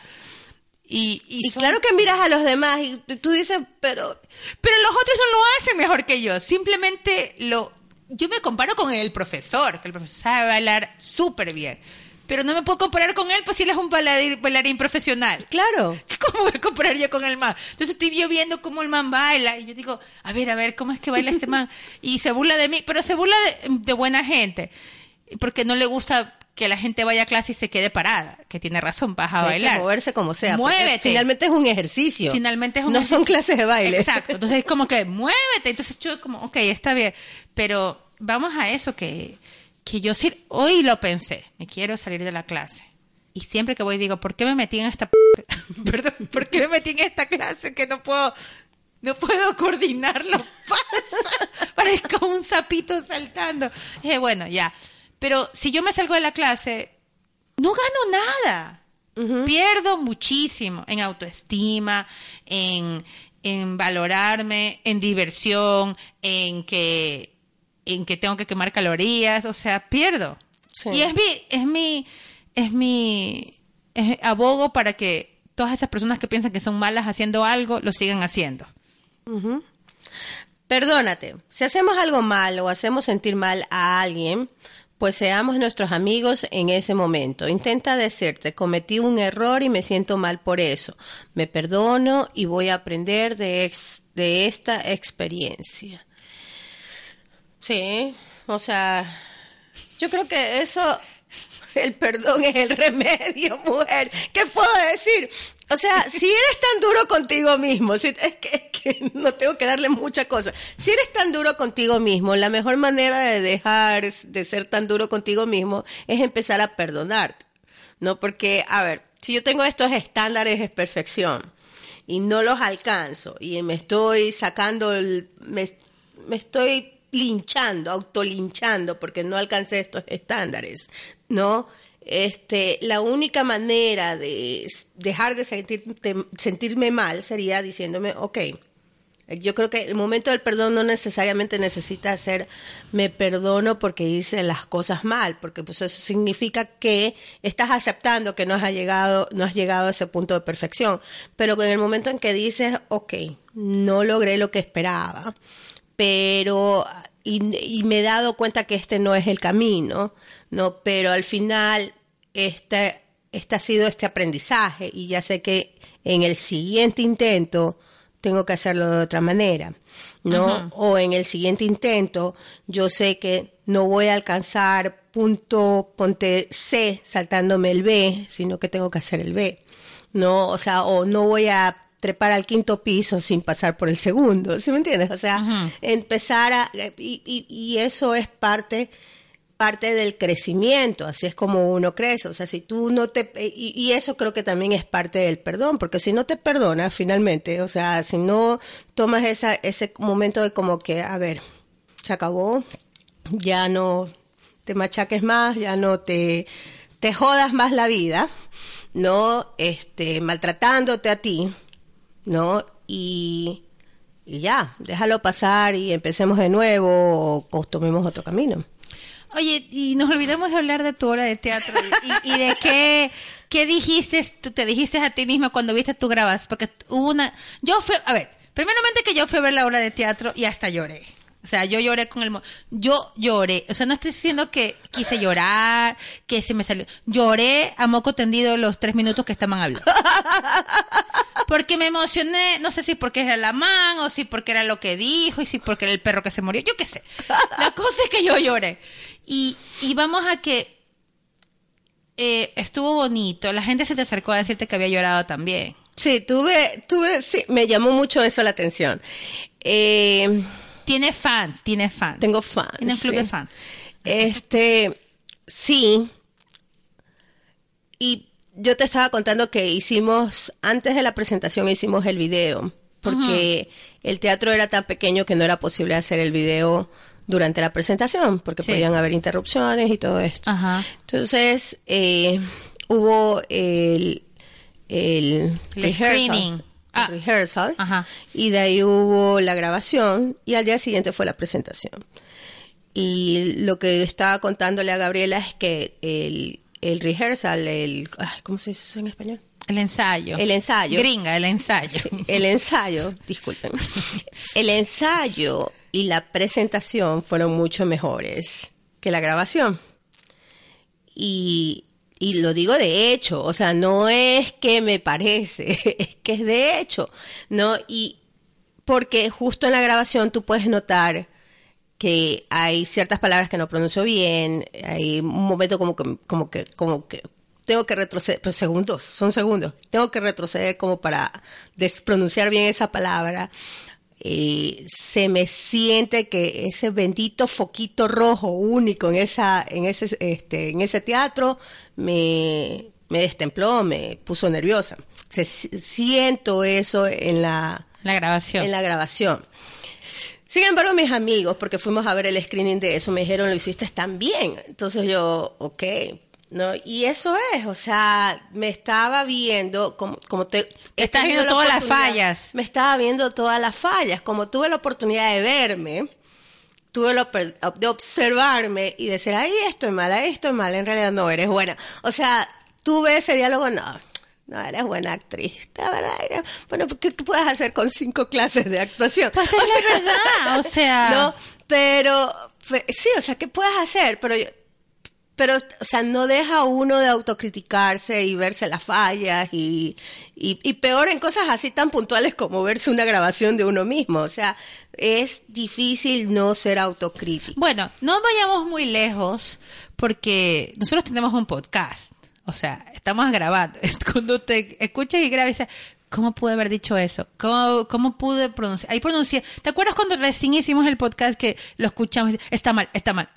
Y claro que miras a los demás y tú dices, pero los otros no lo hacen mejor que yo. Simplemente yo me comparo con el profesor, que el profesor sabe bailar súper bien. Pero no me puedo comparar con él, pues si él es un bailarín profesional. Claro. ¿Cómo voy a comparar yo con el man? Entonces estoy yo viendo cómo el man baila y yo digo, a ver, ¿cómo es que baila este man? Y se burla de mí, pero se burla de buena gente, porque no le gusta que la gente vaya a clase y se quede parada, que tiene razón, vas a bailar. Hay que moverse como sea. Muévete. Finalmente es un ejercicio. No son clases de baile. Exacto. Entonces es como que muévete. Entonces yo como, ok, está bien. Pero vamos a eso que yo sí, hoy lo pensé, me quiero salir de la clase. Y siempre que voy digo, ¿por qué me metí en esta perdón, ¿por qué me metí en esta clase que no puedo coordinar los pasos? Parezco un sapito saltando. Bueno, ya. Pero si yo me salgo de la clase, no gano nada. Uh-huh. Pierdo muchísimo en autoestima, en valorarme, en diversión, en que tengo que quemar calorías, o sea, pierdo. Sí. Y abogo para que todas esas personas que piensan que son malas haciendo algo, lo sigan haciendo. Uh-huh. Perdónate, si hacemos algo mal o hacemos sentir mal a alguien, pues seamos nuestros amigos en ese momento. Intenta decirte, cometí un error y me siento mal por eso. Me perdono y voy a aprender de esta experiencia. Sí, o sea, yo creo que eso El perdón es el remedio, mujer. ¿Qué puedo decir? O sea, si eres tan duro contigo mismo, es que no tengo que darle muchas cosas. Si eres tan duro contigo mismo, la mejor manera de dejar de ser tan duro contigo mismo es empezar a perdonarte, ¿no? Porque, a ver, si yo tengo estos estándares de perfección y no los alcanzo y me estoy sacando, me estoy linchando, autolinchando porque no alcancé estos estándares, ¿no? La única manera de dejar de sentirme mal sería diciéndome, ok, yo creo que el momento del perdón no necesariamente necesita ser me perdono porque hice las cosas mal, porque pues eso significa que estás aceptando que no has llegado a ese punto de perfección, pero en el momento en que dices, ok, no logré lo que esperaba, pero y me he dado cuenta que este no es el camino, ¿no? Pero al final este ha sido este aprendizaje y ya sé que en el siguiente intento tengo que hacerlo de otra manera, ¿no? O en el siguiente intento yo sé que no voy a alcanzar ponte C saltándome el B, sino que tengo que hacer el B, ¿no? O sea, o no voy a trepar al 5º piso sin pasar por el segundo, ¿sí me entiendes? O sea, empezar y eso es parte del crecimiento, así es como uno crece, o sea, si tú no y eso creo que también es parte del perdón, porque si no te perdonas finalmente, o sea, si no tomas ese momento de como que, a ver, se acabó, ya no te machaques más, ya no te jodas más la vida, ¿no? Maltratándote a ti, ¿no? Y ya, déjalo pasar y empecemos de nuevo o tomemos otro camino. Oye, y nos olvidamos de hablar de tu obra de teatro y de qué dijiste, tú te dijiste a ti misma cuando viste tu grabación, porque primeramente que yo fui a ver la obra de teatro y hasta lloré. O sea, yo lloré yo lloré. O sea, no estoy diciendo que quise llorar, que se me salió. Lloré a moco tendido los 3 minutos que estaban hablando. Porque me emocioné, no sé si porque era la man, o si porque era lo que dijo, y si porque era el perro que se murió, yo qué sé. La cosa es que yo lloré. Y vamos a que estuvo bonito. La gente se te acercó a decirte que había llorado también. Sí, sí, me llamó mucho eso la atención. Tiene fans. Tengo fans. Tiene un club de fans. Sí. Y yo te estaba contando que antes de la presentación hicimos el video, porque el teatro era tan pequeño que no era posible hacer el video durante la presentación, porque podían haber interrupciones y todo esto. Entonces, hubo el screening. Rehearsal, y de ahí hubo la grabación y al día siguiente fue la presentación. Y lo que estaba contándole a Gabriela es que el rehearsal, ¿cómo se dice eso en español? El ensayo. Gringa, el ensayo. Sí, el ensayo, disculpen. El ensayo y la presentación fueron mucho mejores que la grabación. Y lo digo de hecho, o sea, no es que me parece, es que es de hecho, ¿no? Y porque justo en la grabación tú puedes notar que hay ciertas palabras que no pronuncio bien, hay un momento como que tengo que retroceder, pero son segundos, tengo que retroceder como para pronunciar bien esa palabra. Se me siente que ese bendito foquito rojo único en ese teatro me destempló, me puso nerviosa. Siento eso en la grabación. Sin embargo, mis amigos, porque fuimos a ver el screening de eso, me dijeron, lo hiciste tan bien. Entonces yo, ok, ¿no? Y eso es, o sea, me estaba viendo como te estás viendo todas las fallas. Me estaba viendo todas las fallas, como tuve la oportunidad de verme, de observarme y decir, ahí estoy mal, en realidad no eres buena. O sea, tuve ese diálogo, no eres buena actriz, la verdad. Bueno, ¿qué puedes hacer con 5 clases de actuación? Pues es la verdad, o sea. No, pero sí, o sea, ¿qué puedes hacer? Pero pero, o sea, no deja uno de autocriticarse y verse las fallas y peor en cosas así tan puntuales como verse una grabación de uno mismo. O sea, es difícil no ser autocrítico. Bueno, no vayamos muy lejos porque nosotros tenemos un podcast. O sea, estamos grabando. Cuando te escuchas y grabas, dices, ¿cómo pude haber dicho eso? ¿Cómo pude pronunciar? Ahí pronuncié. ¿Te acuerdas cuando recién hicimos el podcast que lo escuchamos? Está mal.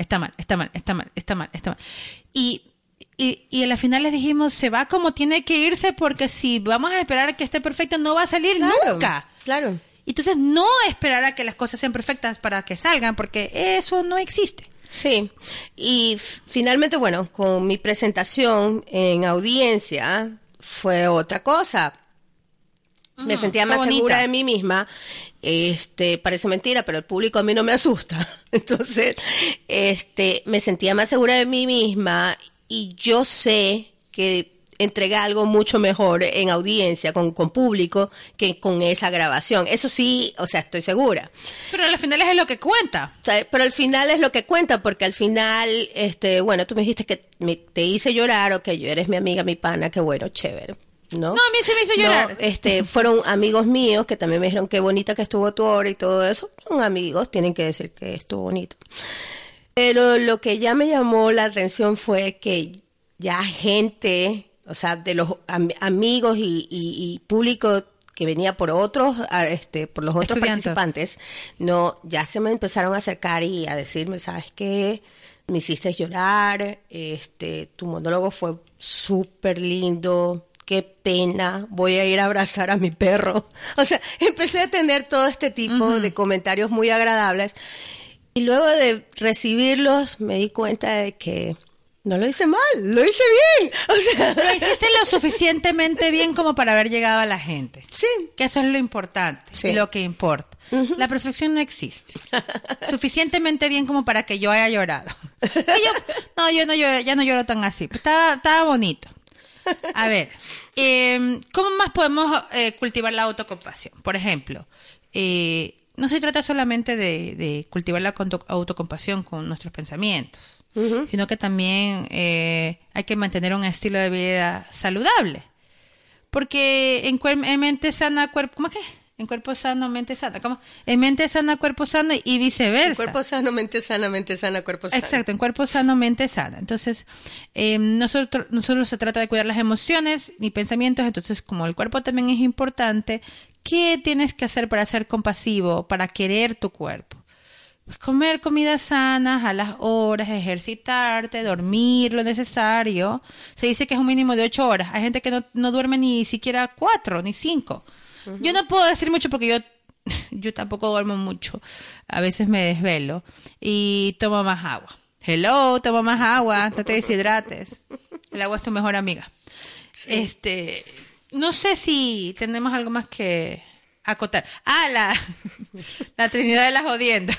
Y a la final les dijimos, se va como tiene que irse porque si vamos a esperar a que esté perfecto no va a salir nunca. Claro. Entonces no esperar a que las cosas sean perfectas para que salgan porque eso no existe. Sí, y finalmente, bueno, con mi presentación en audiencia fue otra cosa. Me sentía más segura de mí misma. Parece mentira, pero el público a mí no me asusta. Entonces, me sentía más segura de mí misma y yo sé que entregué algo mucho mejor en audiencia, con público, que con esa grabación. Eso sí, o sea, estoy segura. Pero al final es lo que cuenta. O sea, pero al final es lo que cuenta, porque al final, bueno, tú me dijiste que te hice llorar, o que yo eres mi amiga, mi pana, que bueno, chévere. ¿No? No, a mí sí me hizo llorar. No, fueron amigos míos que también me dijeron qué bonita que estuvo tu obra y todo eso. Son amigos, tienen que decir que estuvo bonito. Pero lo que ya me llamó la atención fue que ya gente, o sea, de los amigos y público que venía por otros, por los otros participantes, no, ya se me empezaron a acercar y a decirme, ¿sabes qué? Me hiciste llorar, tu monólogo fue súper lindo. Qué pena, voy a ir a abrazar a mi perro. O sea, empecé a tener todo este tipo de comentarios muy agradables. Y luego de recibirlos, me di cuenta de que no lo hice mal, lo hice bien. O sea, pero hiciste lo suficientemente bien como para haber llegado a la gente. Sí. Que eso es lo importante, y lo que importa. La perfección no existe. Suficientemente bien como para que yo haya llorado. Ya no lloro tan así. Estaba bonito. A ver, ¿cómo más podemos cultivar la autocompasión? Por ejemplo, no se trata solamente de cultivar la autocompasión con nuestros pensamientos, sino que también hay que mantener un estilo de vida saludable. Porque en mente sana, cuerpo... ¿Cómo es que? En cuerpo sano, mente sana. ¿Cómo? En mente sana, cuerpo sano y viceversa. En cuerpo sano, mente sana, cuerpo sano. Exacto, en cuerpo sano, mente sana. Entonces, nosotros se trata de cuidar las emociones y pensamientos. Entonces, como el cuerpo también es importante, ¿qué tienes que hacer para ser compasivo, para querer tu cuerpo? Pues comer comidas sanas a las horas, ejercitarte, dormir lo necesario. Se dice que es un mínimo de 8 horas. Hay gente que no duerme ni siquiera 4, ni 5. Yo no puedo decir mucho porque yo tampoco duermo mucho. A veces me desvelo y tomo más agua. Toma más agua, no te deshidrates. El agua es tu mejor amiga. Sí. No sé si tenemos algo más que acotar. La Trinidad de las Jodiendas.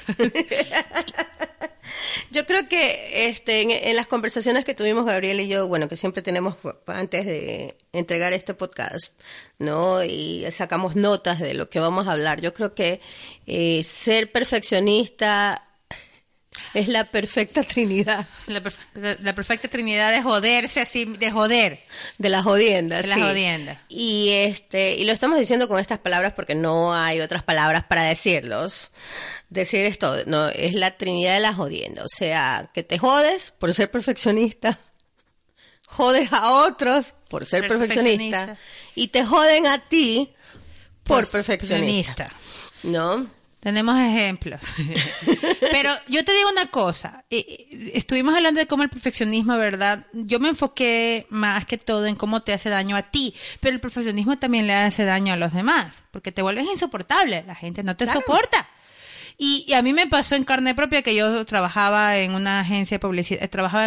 Yo creo que en las conversaciones que tuvimos Gabriel y yo, bueno, que siempre tenemos antes de entregar este podcast, ¿no? Y sacamos notas de lo que vamos a hablar. Yo creo que ser perfeccionista es la perfecta trinidad. La perfecta trinidad de joderse así, de joder. De las jodiendas, de las jodiendas. Y lo estamos diciendo con estas palabras porque no hay otras palabras para decirlos. Decir esto, no, es la trinidad de las jodiendas. O sea, que te jodes por ser perfeccionista, jodes a otros por ser perfeccionista y te joden a ti por perfeccionista. ¿No? Tenemos ejemplos. Pero yo te digo una cosa. Estuvimos hablando de cómo el perfeccionismo, ¿verdad? Yo me enfoqué más que todo en cómo te hace daño a ti. Pero el perfeccionismo también le hace daño a los demás. Porque te vuelves insoportable. La gente no te soporta. Y a mí me pasó en carne propia que yo trabajaba en una agencia de publicidad.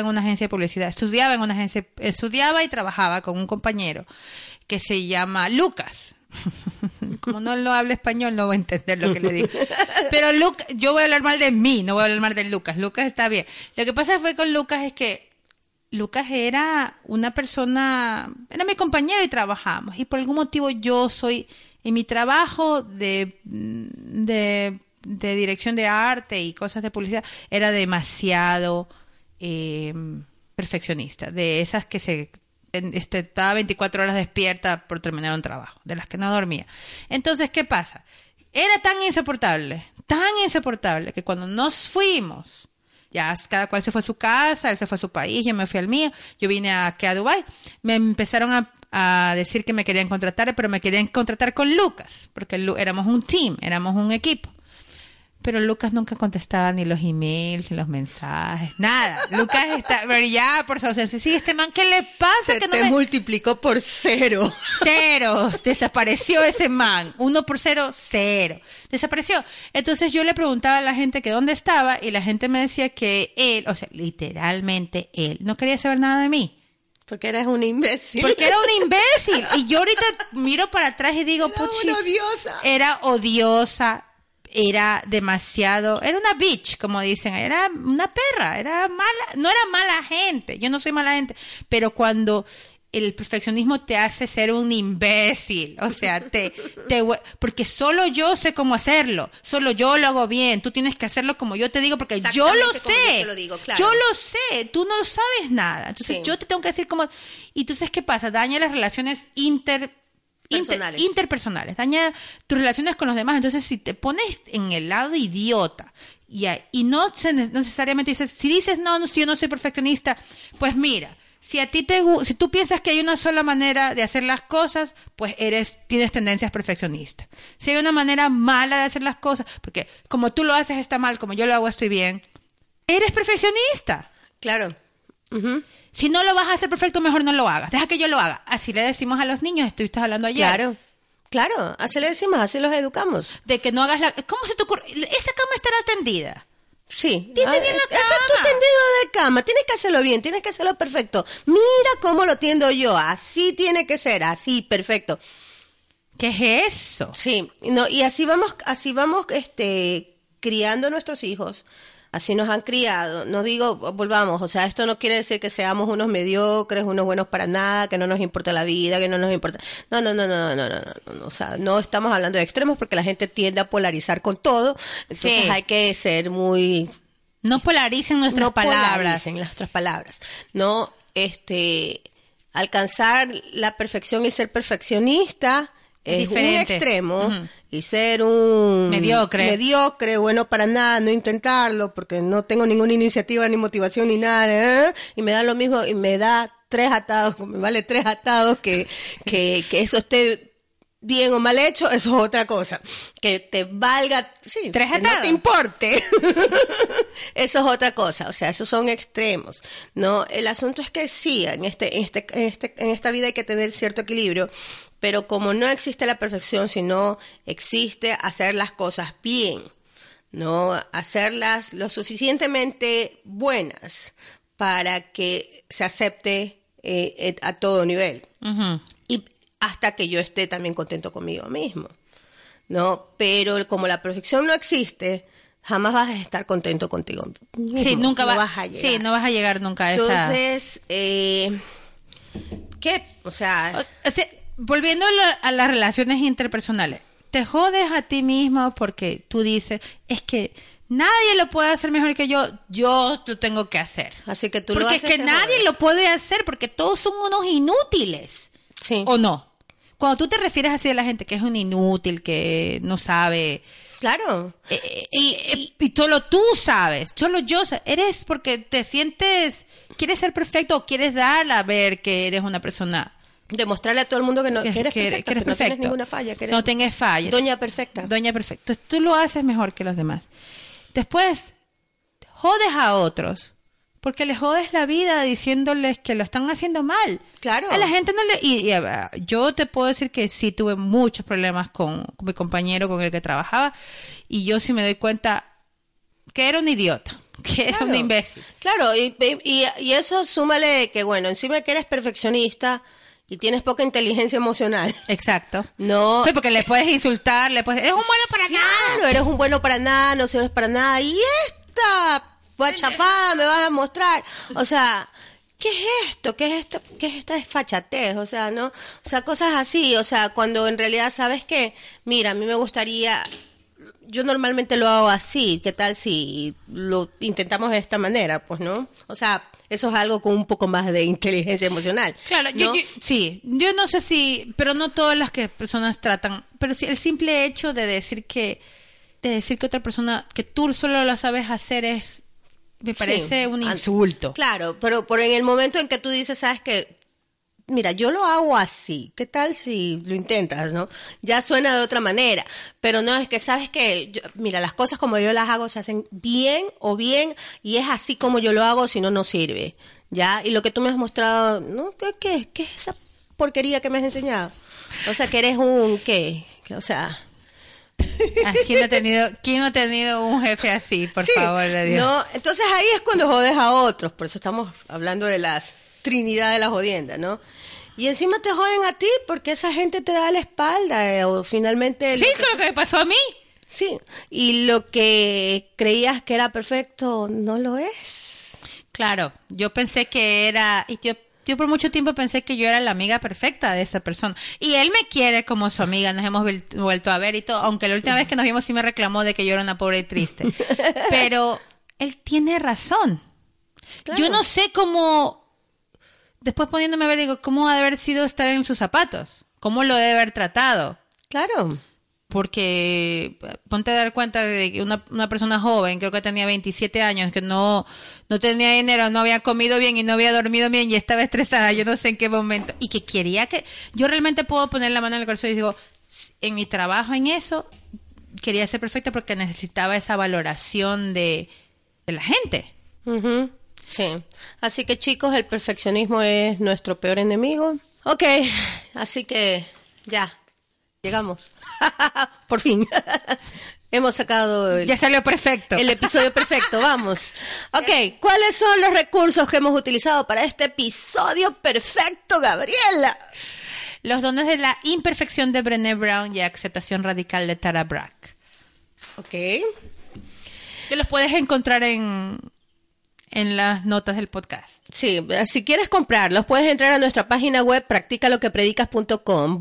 Estudiaba y trabajaba con un compañero que se llama Lucas. Como no lo habla español, no voy a entender lo que le digo. Pero yo voy a hablar mal de mí, no voy a hablar mal de Lucas. Lucas está bien. Lo que pasa fue con Lucas es que Lucas era una persona, era mi compañero y trabajamos. Y por algún motivo yo soy, en mi trabajo de dirección de arte y cosas de publicidad, era demasiado perfeccionista, de esas que estaba 24 horas despierta por terminar un trabajo, de las que no dormía. Entonces, ¿qué pasa? Era tan insoportable, que cuando nos fuimos, ya cada cual se fue a su casa, él se fue a su país, yo me fui al mío, yo vine aquí a Dubái, me empezaron a decir que me querían contratar, pero me querían contratar con Lucas, porque éramos un team, éramos un equipo. Pero Lucas nunca contestaba ni los emails, ni los mensajes, nada. Lucas está, pero ya por su ausencia. Sí, este man, ¿qué le pasa? Se te multiplicó por 0. Ceros. Desapareció ese man. 1 por 0, 0. Desapareció. Entonces yo le preguntaba a la gente que dónde estaba y la gente me decía que él, o sea, literalmente él, no quería saber nada de mí. Porque eres un imbécil. Porque era un imbécil. Y yo ahorita miro para atrás y digo, puchi, era odiosa. Era demasiado, era una bitch, como dicen, era una perra, era mala, no era mala gente, yo no soy mala gente, pero cuando el perfeccionismo te hace ser un imbécil, o sea, porque solo yo sé cómo hacerlo, solo yo lo hago bien, tú tienes que hacerlo como yo te digo, porque yo lo sé, yo te lo digo, claro. Yo lo sé, tú no sabes nada, entonces yo te tengo que decir cómo, y entonces, ¿qué pasa? Daña las relaciones interpersonales, daña tus relaciones con los demás. Entonces, si te pones en el lado idiota y no necesariamente dices, si dices no, si yo no soy perfeccionista, pues mira, si tú piensas que hay una sola manera de hacer las cosas, pues tienes tendencias perfeccionistas. Si hay una manera mala de hacer las cosas, porque como tú lo haces está mal, como yo lo hago estoy bien, eres perfeccionista. Claro. Uh-huh. Si no lo vas a hacer perfecto, mejor no lo hagas. Deja que yo lo haga. Así le decimos a los niños, estuviste hablando ayer. Claro, así le decimos, así los educamos. De que no hagas ¿Cómo se te ocurre? Esa cama estará tendida. Sí. Tiende bien la cama. Ese es tu tendido de cama. Tienes que hacerlo bien, tienes que hacerlo perfecto. Mira cómo lo tiendo yo. Así tiene que ser, así, perfecto. ¿Qué es eso? Sí, no, y así vamos, criando a nuestros hijos. Así nos han criado. No digo, volvamos, o sea, esto no quiere decir que seamos unos mediocres, unos buenos para nada, que no nos importa la vida, que no nos importa. No. O sea, no estamos hablando de extremos porque la gente tiende a polarizar con todo. Entonces hay que ser muy... No polaricen nuestras palabras. No, alcanzar la perfección y ser perfeccionista es un extremo. Uh-huh. Y ser un mediocre, bueno para nada, no intentarlo porque no tengo ninguna iniciativa ni motivación ni nada, y me da lo mismo y me da 3 atados, me vale 3 atados que eso esté bien o mal hecho, eso es otra cosa. Que te valga, 3 que atados. No te importe. Eso es otra cosa, o sea, esos son extremos. No, el asunto es que sí, en esta vida hay que tener cierto equilibrio, pero como no existe la perfección, sino existe hacer las cosas bien, no hacerlas lo suficientemente buenas para que se acepte a todo nivel. Uh-huh. Y hasta que yo esté también contento conmigo mismo, ¿no? Pero como la perfección no existe, jamás vas a estar contento contigo mismo. Sí, nunca vas a llegar. Sí, no vas a llegar nunca a esa... Entonces, ¿qué? O sea, volviendo a las relaciones interpersonales, te jodes a ti mismo porque tú dices, es que nadie lo puede hacer mejor que yo lo tengo que hacer. Así que tú porque lo haces. Porque es que nadie lo puede hacer porque todos son unos inútiles. Sí. ¿O no? Cuando tú te refieres así a la gente que es un inútil, que no sabe... Claro. Y solo tú sabes, solo yo sé. Eres porque te sientes... ¿Quieres ser perfecto o quieres dar a ver que eres una persona... Demostrarle a todo el mundo que eres perfecto, que eres no perfecto. tienes ninguna falla. Que no tengas fallas. Doña perfecta. Entonces tú lo haces mejor que los demás. Después, jodes a otros. Porque les jodes la vida diciéndoles que lo están haciendo mal. Claro. A la gente no le... Y yo te puedo decir que sí tuve muchos problemas con mi compañero con el que trabajaba. Y yo sí me doy cuenta que era un idiota. Que era un imbécil. Claro, y eso súmale que, bueno, encima que eres perfeccionista y tienes poca inteligencia emocional. Exacto. No. Pues porque le puedes insultar, eres un bueno para nada. Claro, eres un bueno para nada, no sirves para nada. Y esta guachafada me vas a mostrar. O sea, ¿qué es esto? ¿Qué es esta desfachatez? O sea, ¿no? O sea, cosas así. O sea, cuando en realidad sabes que, mira, a mí me gustaría... Yo normalmente lo hago así, ¿qué tal si lo intentamos de esta manera? Pues, ¿no? O sea, Eso es algo con un poco más de inteligencia emocional. Claro, ¿no? yo no sé si, pero no todas las que personas tratan, pero sí el simple hecho de decir que otra persona, que tú solo lo sabes hacer me parece un insulto. Claro, pero en el momento en que tú dices, sabes que, mira, yo lo hago así, ¿qué tal si lo intentas, no? Ya suena de otra manera, pero no, es que sabes que, mira, las cosas como yo las hago se hacen bien, y es así como yo lo hago, si no, no sirve, ¿ya? Y lo que tú me has mostrado, ¿no? ¿Qué es esa porquería que me has enseñado? O sea, que eres ¿qué? O sea... ¿Quién no ha tenido un jefe así, por favor de Dios? No, entonces ahí es cuando jodes a otros, por eso estamos hablando de las trinidad de la jodienda, ¿no? Y encima te joden a ti porque esa gente te da la espalda, o finalmente... Sí, con lo que me pasó a mí. Sí, y lo que creías que era perfecto no lo es. Claro, yo pensé que era... Yo por mucho tiempo pensé que yo era la amiga perfecta de esa persona. Y él me quiere como su amiga, nos hemos vuelto a ver y todo. Aunque la última vez que nos vimos sí me reclamó de que yo era una pobre y triste. Pero él tiene razón. Claro. Yo no sé cómo... Después poniéndome a ver, digo, ¿cómo ha de haber sido estar en sus zapatos? ¿Cómo lo debe haber tratado? Claro. Porque ponte a dar cuenta de que una persona joven, creo que tenía 27 años, que no tenía dinero, no había comido bien y no había dormido bien y estaba estresada, yo no sé en qué momento, y que quería que... Yo realmente puedo poner la mano en el corazón y digo, en mi trabajo en eso, quería ser perfecta porque necesitaba esa valoración de la gente. Uh-huh. Sí. Así que, chicos, el perfeccionismo es nuestro peor enemigo. Ok, así que ya, llegamos. Por fin. Hemos sacado... Ya salió perfecto. El episodio perfecto, vamos. Ok, ¿cuáles son los recursos que hemos utilizado para este episodio perfecto, Gabriela? Los dones de la imperfección de Brené Brown y aceptación radical de Tara Brach. Ok. Que los puedes encontrar en las notas del podcast. Sí, si quieres comprarlos, puedes entrar a nuestra página web practicalokepredicas.com,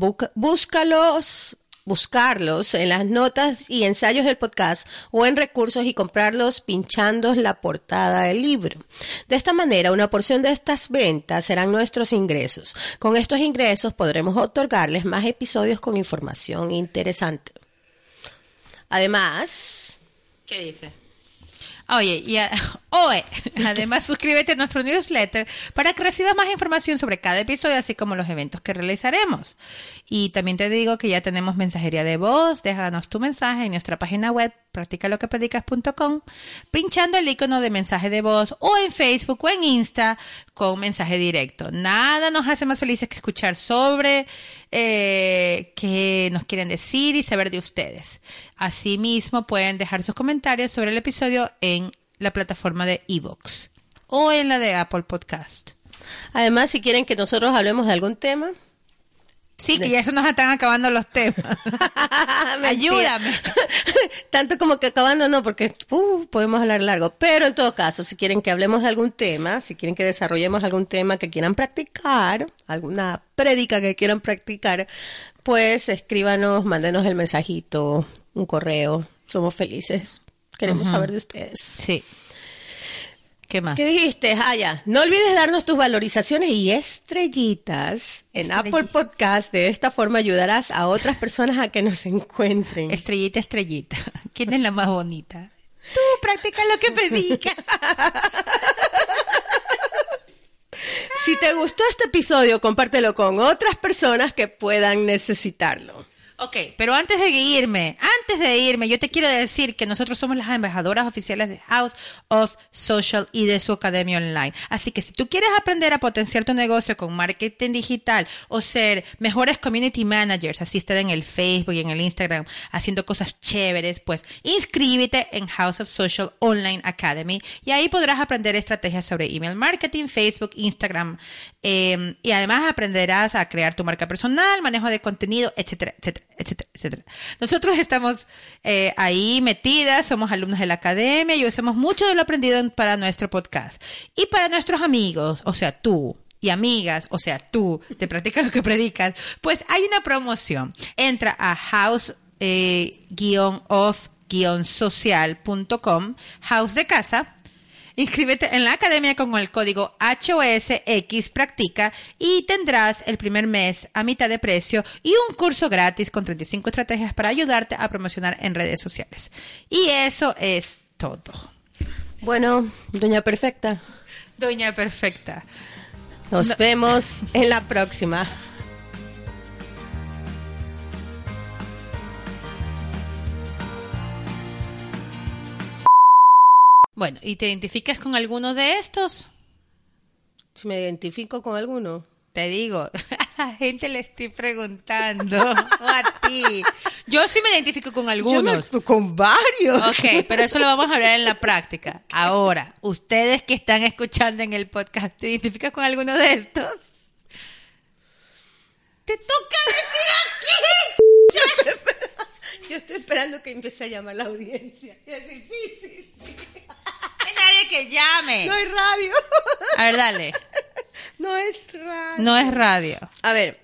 buscarlos en las notas y ensayos del podcast o en recursos y comprarlos pinchando la portada del libro. De esta manera, una porción de estas ventas serán nuestros ingresos. Con estos ingresos podremos otorgarles más episodios con información interesante. Además... ¿Qué dice? Oye, además suscríbete a nuestro newsletter para que recibas más información sobre cada episodio, así como los eventos que realizaremos. Y también te digo que ya tenemos mensajería de voz. Déjanos tu mensaje en nuestra página web practicalokepredicas.com, pinchando el icono de mensaje de voz, o en Facebook o en Insta con mensaje directo. Nada nos hace más felices que escuchar sobre qué nos quieren decir y saber de ustedes. Asimismo, pueden dejar sus comentarios sobre el episodio en la plataforma de iVoox o en la de Apple Podcast. Además, si quieren que nosotros hablemos de algún tema... Sí, que ya eso nos están acabando los temas. Ayúdame. Tanto como que acabando no, porque podemos hablar largo. Pero en todo caso, si quieren que hablemos de algún tema, si quieren que desarrollemos algún tema que quieran practicar, alguna prédica que quieran practicar, pues escríbanos, mándenos el mensajito, un correo. Somos felices. Queremos saber de ustedes. Sí. ¿Qué más? ¿Qué dijiste? Ya. No olvides darnos tus valorizaciones y estrellitas en Apple Podcast. De esta forma ayudarás a otras personas a que nos encuentren. Estrellita, estrellita. ¿Quién es la más bonita? Tú, practica lo que predicas. Si te gustó este episodio, compártelo con otras personas que puedan necesitarlo. Ok, pero antes de irme, yo te quiero decir que nosotros somos las embajadoras oficiales de House of Social y de su academia online. Así que si tú quieres aprender a potenciar tu negocio con marketing digital o ser mejores community managers, así estar en el Facebook y en el Instagram haciendo cosas chéveres, pues inscríbete en House of Social Online Academy y ahí podrás aprender estrategias sobre email marketing, Facebook, Instagram, y además aprenderás a crear tu marca personal, manejo de contenido, etcétera, etcétera, etcétera, etcétera. Nosotros estamos ahí metidas, somos alumnos de la academia y usamos mucho de lo aprendido para nuestro podcast. Y para nuestros amigos, o sea, tú y amigas, o sea, tú, te practicas lo que predicas, pues hay una promoción. Entra a house-of-social.com, house de casa, Inscríbete en la academia con el código HOSXPractica y tendrás el primer mes a mitad de precio y un curso gratis con 35 estrategias para ayudarte a promocionar en redes sociales. Y eso es todo. Bueno, Doña Perfecta. Doña Perfecta. Nos vemos en la próxima. Bueno, ¿y te identificas con alguno de estos? Si me identifico con alguno. Te digo, a la gente le estoy preguntando, o a ti. Yo sí me identifico con algunos. Con varios. Ok, pero eso lo vamos a hablar en la práctica. Ahora, ustedes que están escuchando en el podcast, ¿te identificas con alguno de estos? ¡Te toca decir aquí! Yo estoy esperando que empiece a llamar la audiencia. Y decir, sí. No hay nadie que llame. No hay radio. A ver, dale. No es radio. No es radio. A ver,